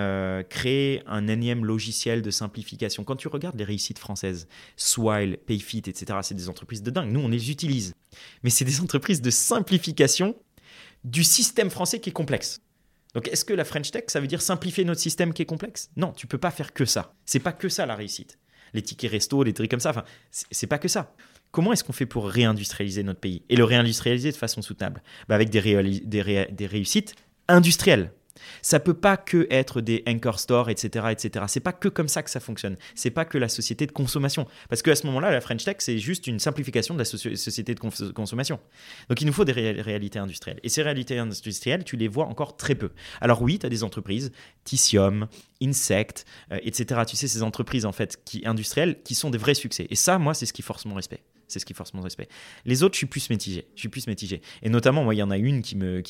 créer un énième logiciel de simplification. Quand tu regardes les réussites françaises, Swile, Payfit, etc., c'est des entreprises de dingue. Nous, on les utilise. Mais c'est des entreprises de simplification du système français qui est complexe. Donc, est-ce que la French Tech, ça veut dire simplifier notre système qui est complexe? Non, tu ne peux pas faire que ça. Ce n'est pas que ça, la réussite. Les tickets resto, les trucs comme ça, c'est pas que ça. Comment est-ce qu'on fait pour réindustrialiser notre pays et le réindustrialiser de façon soutenable? Avec des réussites industrielles. Ça peut pas que être des anchor stores, etc., etc. C'est pas que comme ça que ça fonctionne. C'est pas que la société de consommation. Parce qu'à ce moment-là, la French Tech, c'est juste une simplification de la société de consommation. Donc il nous faut des réalités industrielles. Et ces réalités industrielles, tu les vois encore très peu. Alors oui, tu as des entreprises, Tissium, Insect, etc. Tu sais, ces entreprises en fait industrielles qui sont des vrais succès. Et ça, moi, c'est ce qui force mon respect. C'est ce qui force mon respect. Les autres, je suis plus mitigé. Et notamment, moi, il y en a une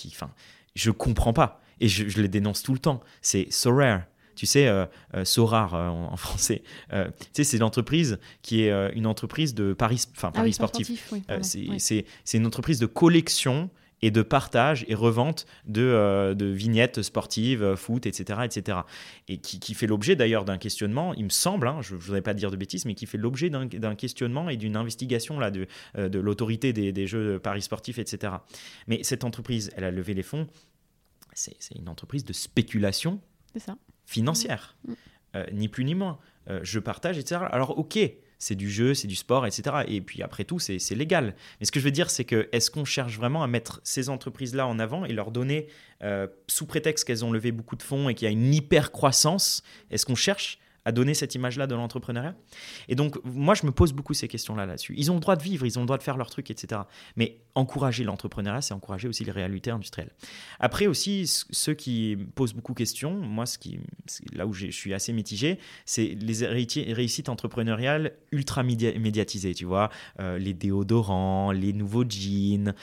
je comprends pas. Et je les dénonce tout le temps. C'est Sorare. Tu sais, Sorare en français. Tu sais, c'est l'entreprise qui est une entreprise de paris sportif. Oui, c'est une entreprise de collection et de partage et revente de vignettes sportives, foot, etc., etc. Et qui fait l'objet d'ailleurs d'un questionnement, il me semble, je ne voudrais pas dire de bêtises, mais qui fait l'objet d'un questionnement et d'une investigation là, de l'autorité des jeux de paris sportifs, etc. Mais cette entreprise, elle a levé les fonds. C'est une entreprise de spéculation financière, ni plus ni moins. Je partage, etc. Alors ok, c'est du jeu, c'est du sport, etc. Et puis après tout, c'est légal. Mais ce que je veux dire, c'est que est-ce qu'on cherche vraiment à mettre ces entreprises-là en avant et leur donner, sous prétexte qu'elles ont levé beaucoup de fonds et qu'il y a une hyper-croissance, est-ce qu'on cherche à donner cette image-là de l'entrepreneuriat? Et donc, moi, je me pose beaucoup ces questions-là là-dessus. Ils ont le droit de vivre, ils ont le droit de faire leur truc, etc. Mais encourager l'entrepreneuriat, c'est encourager aussi les réalités industrielles. Après aussi, ceux qui posent beaucoup de questions, moi, là où je suis assez mitigé, c'est les réussites entrepreneuriales ultra médiatisées, tu vois, les déodorants, les nouveaux jeans,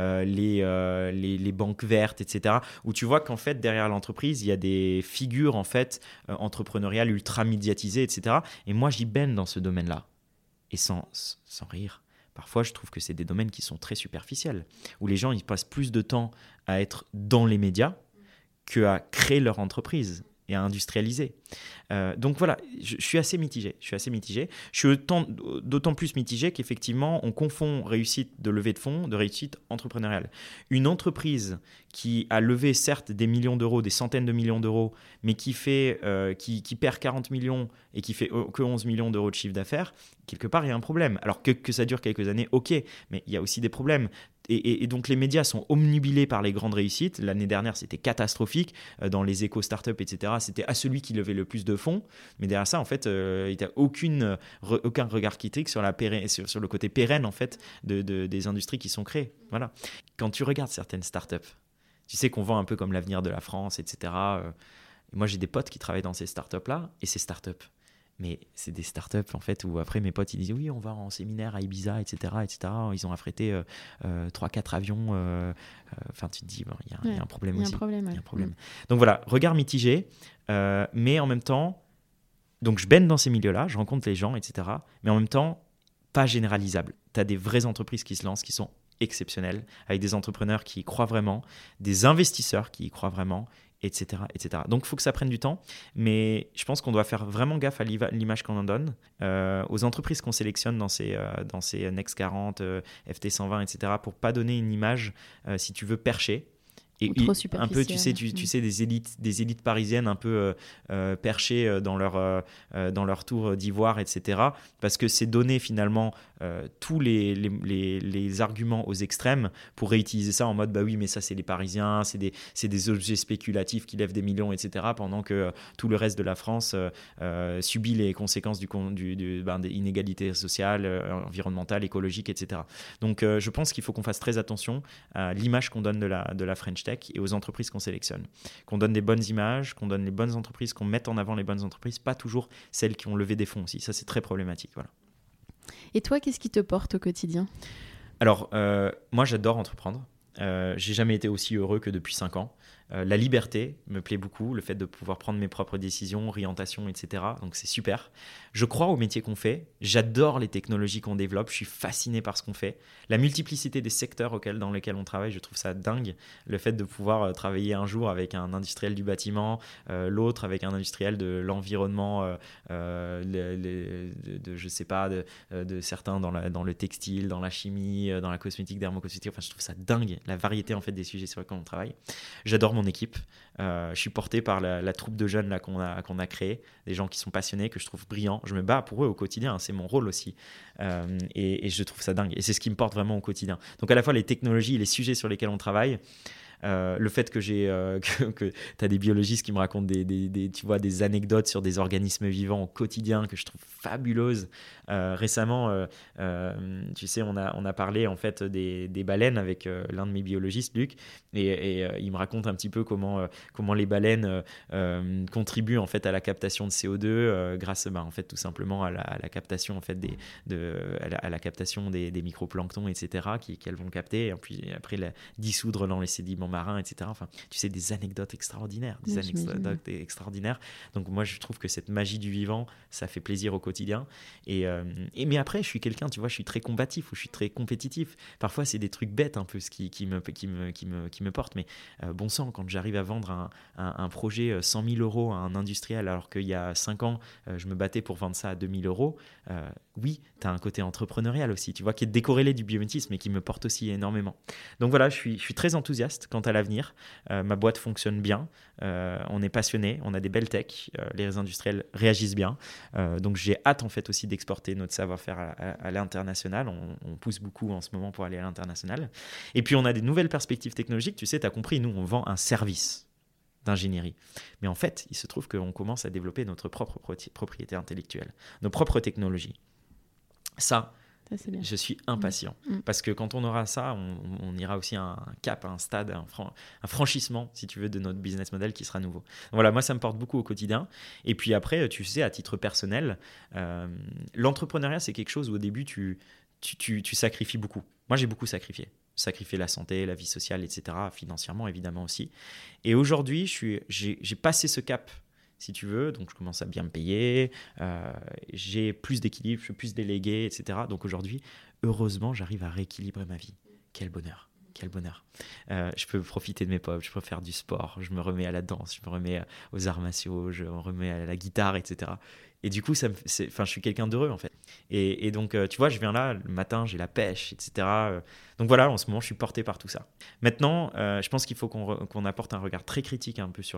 les banques vertes, etc. Où tu vois qu'en fait, derrière l'entreprise, il y a des figures en fait entrepreneuriales ultra médiatisé, etc. Et moi, j'y baigne dans ce domaine-là. Et sans rire, parfois, je trouve que c'est des domaines qui sont très superficiels, où les gens ils passent plus de temps à être dans les médias qu'à créer leur entreprise et à industrialiser. Donc voilà, je suis assez mitigé. Je suis d'autant plus mitigé qu'effectivement, on confond réussite de levée de fonds de réussite entrepreneuriale. Une entreprise qui a levé certes des millions d'euros, des centaines de millions d'euros, mais qui perd 40 millions et qui fait que 11 millions d'euros de chiffre d'affaires, quelque part, il y a un problème. Alors que ça dure quelques années, ok, mais il y a aussi des problèmes. Et donc les médias sont omnubilés par les grandes réussites. L'année dernière, c'était catastrophique. Dans les échos startups, etc., c'était à celui qui levait le plus de fonds. Mais derrière ça, en fait, il n'y a aucun regard critique sur le côté pérenne en fait, des industries qui sont créées. Voilà. Quand tu regardes certaines startups, tu sais qu'on vend un peu comme l'avenir de la France, etc. Moi, j'ai des potes qui travaillent dans ces startups-là, et ces startups, mais c'est des startups en fait où après mes potes ils disent oui, on va en séminaire à Ibiza, etc. Ils ont affrété 3-4 avions. Enfin, tu te dis, il y a un problème aussi. Il y a un problème. Donc voilà, regard mitigé, mais en même temps, donc je baigne dans ces milieux-là, je rencontre les gens, etc. Mais en même temps, pas généralisable. Tu as des vraies entreprises qui se lancent, qui sont exceptionnelles, avec des entrepreneurs qui y croient vraiment, des investisseurs qui y croient vraiment, etc., etc. Donc, il faut que ça prenne du temps, mais je pense qu'on doit faire vraiment gaffe à l'image qu'on en donne, aux entreprises qu'on sélectionne dans ces Next 40, FT 120, etc., pour ne pas donner une image, si tu veux, perchée. Et un peu, tu sais, des élites parisiennes un peu perchées dans leur tour d'ivoire, etc. Parce que c'est donner finalement tous les arguments aux extrêmes pour réutiliser ça en mode bah oui, mais ça c'est les Parisiens, c'est des objets spéculatifs qui lèvent des millions, etc. Pendant que tout le reste de la France subit les conséquences des inégalités sociales, environnementales, écologiques, etc. Donc je pense qu'il faut qu'on fasse très attention à l'image qu'on donne de la French Tech et aux entreprises qu'on sélectionne. Qu'on donne des bonnes images, qu'on donne les bonnes entreprises, qu'on mette en avant les bonnes entreprises, pas toujours celles qui ont levé des fonds aussi. Ça, c'est très problématique. Voilà. Et toi, qu'est-ce qui te porte au quotidien ? Alors, moi, j'adore entreprendre. J'ai jamais été aussi heureux que depuis 5 ans. La liberté me plaît beaucoup, le fait de pouvoir prendre mes propres décisions, orientations, etc. Donc c'est super. Je crois au métier qu'on fait. J'adore les technologies qu'on développe. Je suis fasciné par ce qu'on fait. La multiplicité des secteurs dans lesquels on travaille, je trouve ça dingue. Le fait de pouvoir travailler un jour avec un industriel du bâtiment, l'autre avec un industriel de l'environnement, je sais pas, de certains dans le textile, dans la chimie, dans la cosmétique, dermocosmétique. Enfin, je trouve ça dingue, la variété en fait des sujets sur lesquels on travaille. J'adore mon équipe. Je suis porté par la troupe de jeunes là, qu'on a créée, des gens qui sont passionnés, que je trouve brillants. Je me bats pour eux au quotidien, hein, c'est mon rôle aussi. Et je trouve ça dingue. Et c'est ce qui me porte vraiment au quotidien. Donc à la fois les technologies, les sujets sur lesquels on travaille, le fait que tu as des biologistes qui me racontent des anecdotes sur des organismes vivants au quotidien que je trouve fabuleuses. Récemment, tu sais, on a parlé en fait des baleines avec l'un de mes biologistes, Luc, et il me raconte un petit peu comment les baleines contribuent en fait à la captation de CO2 grâce en fait tout simplement à la captation en fait à la captation des microplanctons, etc. qu'elles vont capter et puis après la dissoudre dans les sédiments marins, etc. Enfin, tu sais, des anecdotes extraordinaires, extraordinaires. Donc moi, je trouve que cette magie du vivant, ça fait plaisir au quotidien. Mais après, je suis quelqu'un, tu vois, je suis très combatif ou je suis très compétitif. Parfois, c'est des trucs bêtes un peu ce qui me porte. Mais bon sang, quand j'arrive à vendre un projet 100 000 € à un industriel, alors qu'il y a 5 ans, je me battais pour vendre ça à 2 000 €. Oui, tu as un côté entrepreneurial aussi, tu vois, qui est décorrélé du biométisme et qui me porte aussi énormément. Donc voilà, je suis très enthousiaste quant à l'avenir. Ma boîte fonctionne bien, on est passionné, on a des belles techs, les industriels réagissent bien. Donc j'ai hâte en fait aussi d'exporter notre savoir-faire à l'international. On pousse beaucoup en ce moment pour aller à l'international. Et puis on a des nouvelles perspectives technologiques. Tu sais, tu as compris, nous on vend un service d'ingénierie. Mais en fait, il se trouve qu'on commence à développer notre propre propriété intellectuelle, nos propres technologies. Ça, je suis impatient. Parce que quand on aura ça, on ira aussi à un cap, à un stade, un franchissement, si tu veux, de notre business model qui sera nouveau. Donc voilà, moi, ça me porte beaucoup au quotidien. Et puis après, tu sais, à titre personnel, l'entrepreneuriat, c'est quelque chose où au début, tu sacrifies beaucoup. Moi, j'ai beaucoup sacrifié la santé, la vie sociale, etc., financièrement, évidemment aussi. Et aujourd'hui, j'ai passé ce cap, si tu veux, donc je commence à bien me payer, j'ai plus d'équilibre, je suis plus délégué, etc. Donc aujourd'hui, heureusement, j'arrive à rééquilibrer ma vie. Quel bonheur, quel bonheur. Je peux profiter de mes potes, je peux faire du sport, je me remets à la danse, je me remets aux arts martiaux, je me remets à la guitare, etc. Et du coup, je suis quelqu'un d'heureux en fait. Et donc, tu vois, je viens là, le matin, j'ai la pêche, etc. Donc voilà, en ce moment, je suis porté par tout ça. Maintenant, je pense qu'il faut qu'on apporte un regard très critique un peu sur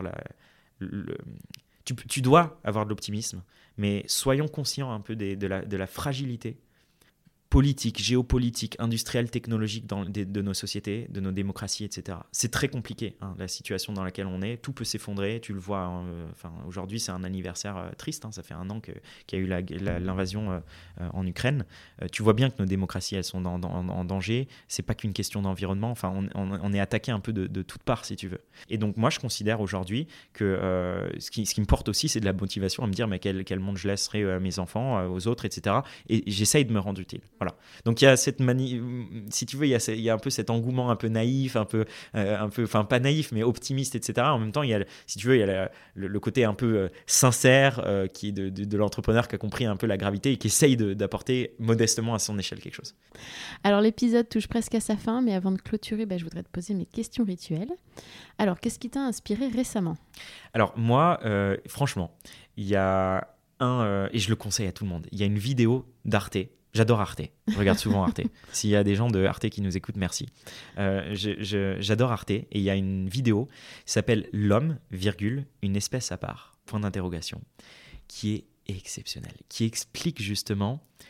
Tu dois avoir de l'optimisme, mais soyons conscients un peu de la fragilité politique, géopolitique, industrielle, technologique de nos sociétés, de nos démocraties, etc. C'est très compliqué, hein, la situation dans laquelle on est. Tout peut s'effondrer, tu le vois. Aujourd'hui, c'est un anniversaire triste. Hein, ça fait 1 an qu'il y a eu l'invasion en Ukraine. Tu vois bien que nos démocraties, elles sont en danger. C'est pas qu'une question d'environnement. Enfin, on est attaqué un peu de toutes parts, si tu veux. Et donc, moi, je considère aujourd'hui que ce qui me porte aussi, c'est de la motivation à me dire mais quel monde je laisserai à mes enfants, aux autres, etc. Et j'essaye de me rendre utile. Voilà. Donc il y a cette si tu veux, il y a un peu cet engouement un peu naïf, enfin pas naïf mais optimiste, etc. En même temps, il y a le côté un peu sincère qui est de l'entrepreneur qui a compris un peu la gravité et qui essaye d'apporter modestement à son échelle quelque chose. Alors l'épisode touche presque à sa fin, mais avant de clôturer, je voudrais te poser mes questions rituelles. Alors qu'est-ce qui t'a inspiré récemment ? Alors moi, franchement, il y a et je le conseille à tout le monde, il y a une vidéo d'Arte. J'adore Arte, je regarde souvent Arte. S'il y a des gens de Arte qui nous écoutent, merci. J'adore Arte et il y a une vidéo qui s'appelle « L'homme, une espèce à part », point d'interrogation, qui est exceptionnelle, qui explique justement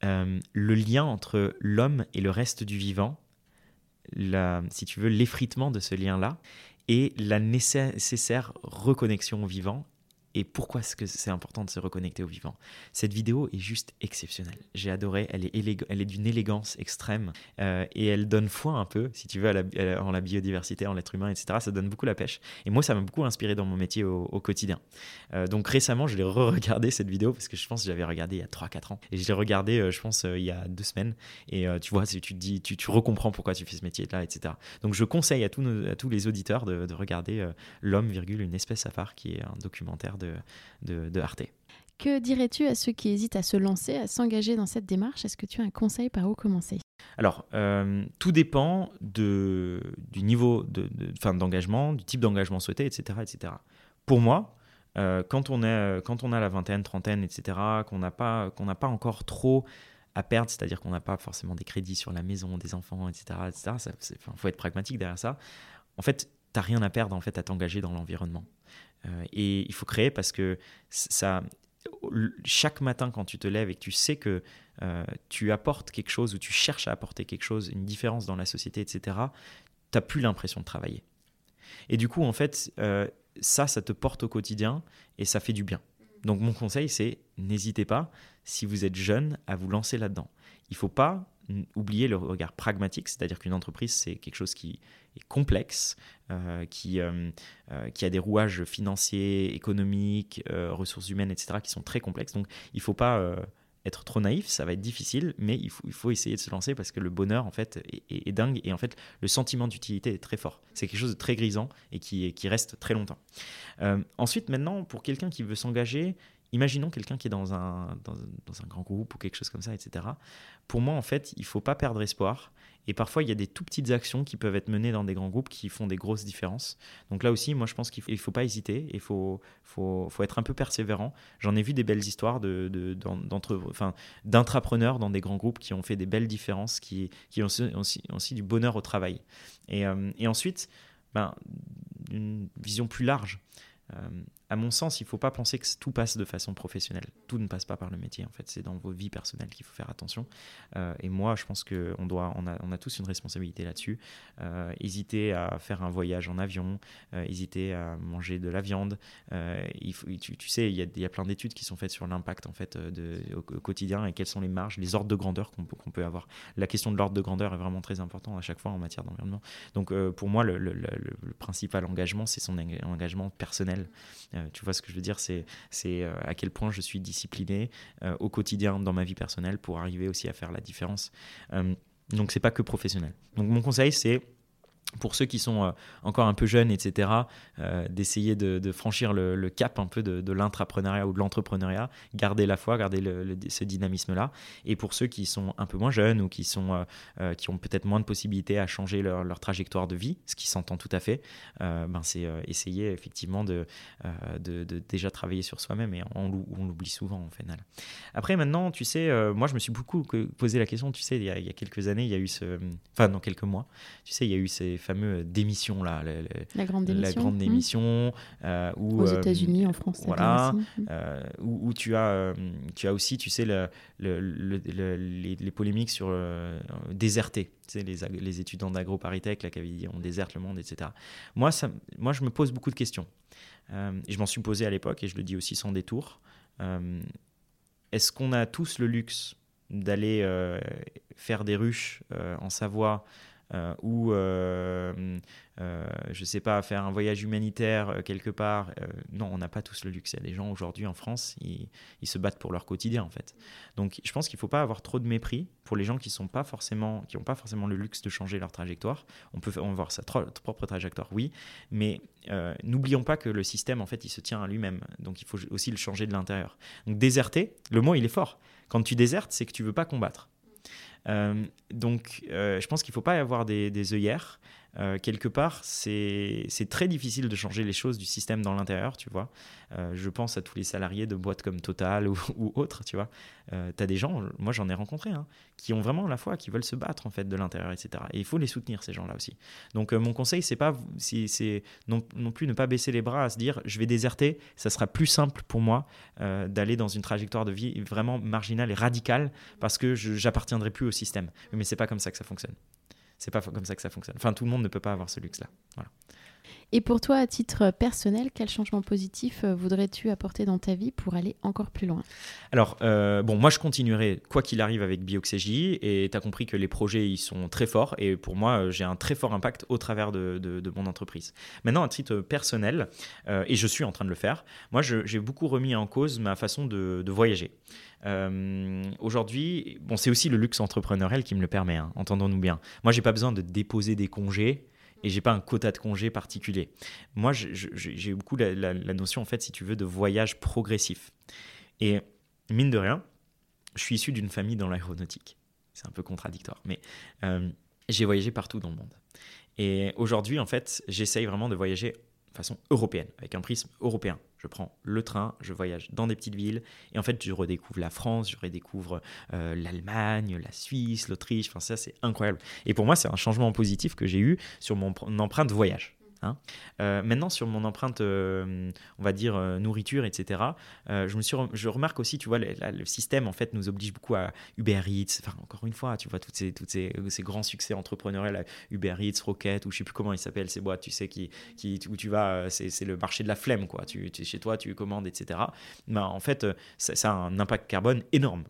le lien entre l'homme et le reste du vivant, si tu veux, l'effritement de ce lien-là, et la nécessaire reconnexion au vivant. Et pourquoi est-ce que c'est important de se reconnecter au vivant ? Cette vidéo est juste exceptionnelle. J'ai adoré, elle est d'une élégance extrême et elle donne foi un peu, si tu veux, en la biodiversité, en l'être humain, etc. Ça donne beaucoup la pêche. Et moi, ça m'a beaucoup inspiré dans mon métier au quotidien. Donc récemment, je l'ai re-regardé cette vidéo parce que je pense que j'avais regardé il y a 3-4 ans. Et je l'ai regardé, je pense, il y a 2 semaines. Et tu vois, tu te dis, tu recomprends pourquoi tu fais ce métier-là, etc. Donc je conseille à tous les auditeurs de regarder L'Homme, une espèce à part, qui est un documentaire de Arte. Que dirais-tu à ceux qui hésitent à se lancer, à s'engager dans cette démarche ? Est-ce que tu as un conseil par où commencer ? Alors, tout dépend du niveau d'engagement, du type d'engagement souhaité, etc. etc. Pour moi, quand on a la vingtaine, trentaine, etc., qu'on n'a pas encore trop à perdre, c'est-à-dire qu'on n'a pas forcément des crédits sur la maison, des enfants, etc., faut être pragmatique derrière ça. En fait, tu n'as rien à perdre en fait, à t'engager dans l'environnement. Et il faut créer parce que chaque matin quand tu te lèves et que tu sais que tu apportes quelque chose ou tu cherches à apporter quelque chose, une différence dans la société, etc., tu n'as plus l'impression de travailler. Et du coup, en fait, ça te porte au quotidien et ça fait du bien. Donc mon conseil, c'est n'hésitez pas, si vous êtes jeune, à vous lancer là-dedans. Il ne faut pas oublier le regard pragmatique, c'est-à-dire qu'une entreprise, c'est quelque chose qui est complexe, qui a des rouages financiers, économiques, ressources humaines, etc., qui sont très complexes. Donc, il ne faut pas être trop naïf, ça va être difficile, mais il faut essayer de se lancer parce que le bonheur, en fait, est dingue. Et en fait, le sentiment d'utilité est très fort. C'est quelque chose de très grisant et qui reste très longtemps. Ensuite, maintenant, pour quelqu'un qui veut s'engager, imaginons quelqu'un qui est dans un grand groupe ou quelque chose comme ça, etc. Pour moi, en fait, il ne faut pas perdre espoir. Et parfois, il y a des tout petites actions qui peuvent être menées dans des grands groupes qui font des grosses différences. Donc là aussi, moi, je pense qu'il ne faut pas hésiter. Il faut être un peu persévérant. J'en ai vu des belles histoires d'intrapreneurs dans des grands groupes qui ont fait des belles différences, qui ont aussi du bonheur au travail. Et ensuite, une vision plus large. À mon sens, il ne faut pas penser que tout passe de façon professionnelle. Tout ne passe pas par le métier, en fait. C'est dans vos vies personnelles qu'il faut faire attention. Et moi, je pense qu'on a tous une responsabilité là-dessus. Hésiter à faire un voyage en avion, hésiter à manger de la viande. Tu sais, il y a plein d'études qui sont faites sur l'impact en fait, au quotidien et quelles sont les marges, les ordres de grandeur qu'on peut avoir. La question de l'ordre de grandeur est vraiment très importante à chaque fois en matière d'environnement. Donc, pour moi, le principal engagement, c'est son engagement personnel. Tu vois ce que je veux dire, c'est à quel point je suis discipliné au quotidien dans ma vie personnelle pour arriver aussi à faire la différence. Donc, c'est pas que professionnel. Donc, mon conseil, c'est pour ceux qui sont encore un peu jeunes, etc., d'essayer de franchir le cap un peu de l'intrapreneuriat ou de l'entrepreneuriat, garder la foi, garder ce dynamisme-là. Et pour ceux qui sont un peu moins jeunes ou qui ont peut-être moins de possibilités à changer leur trajectoire de vie, ce qui s'entend tout à fait, c'est essayer effectivement de déjà travailler sur soi-même, et on l'oublie souvent en final. Après, maintenant, tu sais, moi je me suis beaucoup posé la question, tu sais, il y a quelques années, il y a eu dans quelques mois, tu sais, il y a eu ces fameux démissions là, la grande démission, aux États-Unis, en France, voilà, où tu as aussi, tu sais, les polémiques sur déserter, tu sais, les étudiants d'AgroParisTech là qui avaient dit on déserte le monde, etc. Moi, je me pose beaucoup de questions. Et je m'en suis posé à l'époque et je le dis aussi sans détour. Est-ce qu'on a tous le luxe d'aller faire des ruches en Savoie ou je sais pas, faire un voyage humanitaire quelque part? Non, on n'a pas tous le luxe. Il y a des gens aujourd'hui en France, ils se battent pour leur quotidien en fait. Donc je pense qu'il ne faut pas avoir trop de mépris pour les gens qui n'ont pas forcément le luxe de changer leur trajectoire. On peut voir sa propre trajectoire, oui, mais n'oublions pas que le système en fait il se tient à lui-même. Donc il faut aussi le changer de l'intérieur. Donc déserter, le mot il est fort. Quand tu désertes, c'est que tu ne veux pas combattre. Donc je pense qu'il ne faut pas y avoir des œillères. quelque part, c'est très difficile de changer les choses du système dans l'intérieur, tu vois. Je pense à tous les salariés de boîtes comme Total ou autres, tu vois. Tu as des gens, moi j'en ai rencontré, qui ont vraiment la foi, qui veulent se battre en fait de l'intérieur, etc. Et il faut les soutenir, ces gens-là aussi. Donc mon conseil, c'est non plus ne pas baisser les bras, à se dire je vais déserter, ça sera plus simple pour moi d'aller dans une trajectoire de vie vraiment marginale et radicale parce que j'appartiendrai plus au système. Mais c'est pas comme ça que ça fonctionne. C'est pas comme ça que ça fonctionne. Enfin, tout le monde ne peut pas avoir ce luxe-là. Voilà. Et pour toi, à titre personnel, quel changement positif voudrais-tu apporter dans ta vie pour aller encore plus loin ? Alors, moi, je continuerai quoi qu'il arrive avec Bioxégie et tu as compris que les projets, ils sont très forts et pour moi, j'ai un très fort impact au travers de mon entreprise. Maintenant, à titre personnel, et je suis en train de le faire, moi, j'ai beaucoup remis en cause ma façon de voyager. Aujourd'hui, c'est aussi le luxe entrepreneurial qui me le permet, entendons-nous bien. Moi, j'ai pas besoin de déposer des congés et j'ai pas un quota de congés particulier. Moi, j'ai beaucoup la notion, en fait, si tu veux, de voyage progressif. Et mine de rien, je suis issu d'une famille dans l'aéronautique. C'est un peu contradictoire, mais j'ai voyagé partout dans le monde. Et aujourd'hui, en fait, j'essaye vraiment de voyager de façon européenne, avec un prisme européen. Je prends le train, je voyage dans des petites villes et en fait, je redécouvre la France, je redécouvre l'Allemagne, la Suisse, l'Autriche. Enfin, ça, c'est incroyable. Et pour moi, c'est un changement positif que j'ai eu sur mon empreinte voyage. Maintenant, sur mon empreinte, on va dire nourriture, etc., je remarque aussi, tu vois, le système, en fait, nous oblige beaucoup à Uber Eats. Enfin, encore une fois, tu vois, tous ces grands succès entrepreneuriels, Uber Eats, Rocket, ou je ne sais plus comment ils s'appellent, ces boîtes, tu sais, où tu vas, c'est le marché de la flemme, quoi. Chez toi, tu commandes, etc. En fait, ça a un impact carbone énorme.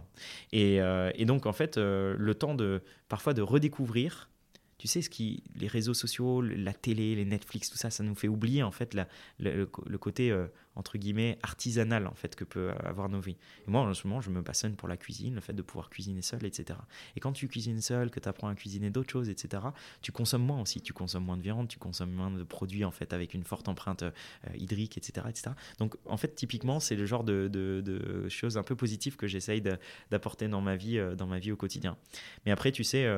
Et donc, en fait, le temps parfois de redécouvrir. Tu sais, les réseaux sociaux, la télé, les Netflix, tout ça, ça nous fait oublier en fait le côté entre guillemets artisanal en fait que peut avoir nos vies. Et moi, en ce moment, je me passionne pour la cuisine, le fait de pouvoir cuisiner seul, etc. Et quand tu cuisines seul, que tu apprends à cuisiner d'autres choses, etc., tu consommes moins aussi. Tu consommes moins de viande, tu consommes moins de produits en fait avec une forte empreinte hydrique, etc., etc. Donc, en fait, typiquement, c'est le genre de choses un peu positives que j'essaye d'apporter dans ma vie au quotidien. Mais après, tu sais.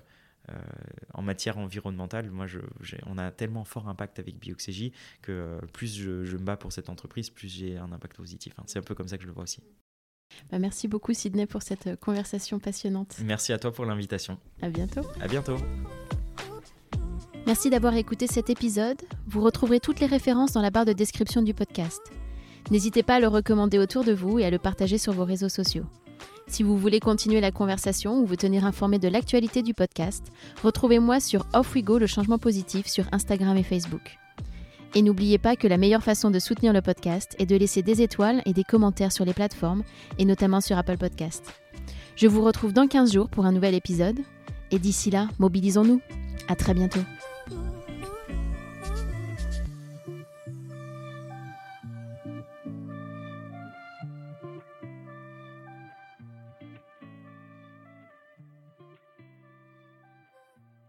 En matière environnementale, moi, on a tellement fort impact avec Bioxégie que plus je me bats pour cette entreprise, plus j'ai un impact positif. C'est un peu comme ça que je le vois aussi. Merci beaucoup, Sidney, pour cette conversation passionnante. Merci à toi pour l'invitation. À bientôt. À bientôt. Merci d'avoir écouté cet épisode. Vous retrouverez toutes les références dans la barre de description du podcast. N'hésitez pas à le recommander autour de vous et à le partager sur vos réseaux sociaux. Si vous voulez continuer la conversation ou vous tenir informé de l'actualité du podcast, retrouvez-moi sur Off We Go, le changement positif, sur Instagram et Facebook. Et n'oubliez pas que la meilleure façon de soutenir le podcast est de laisser des étoiles et des commentaires sur les plateformes, et notamment sur Apple Podcast. Je vous retrouve dans 15 jours pour un nouvel épisode. Et d'ici là, mobilisons-nous. À très bientôt.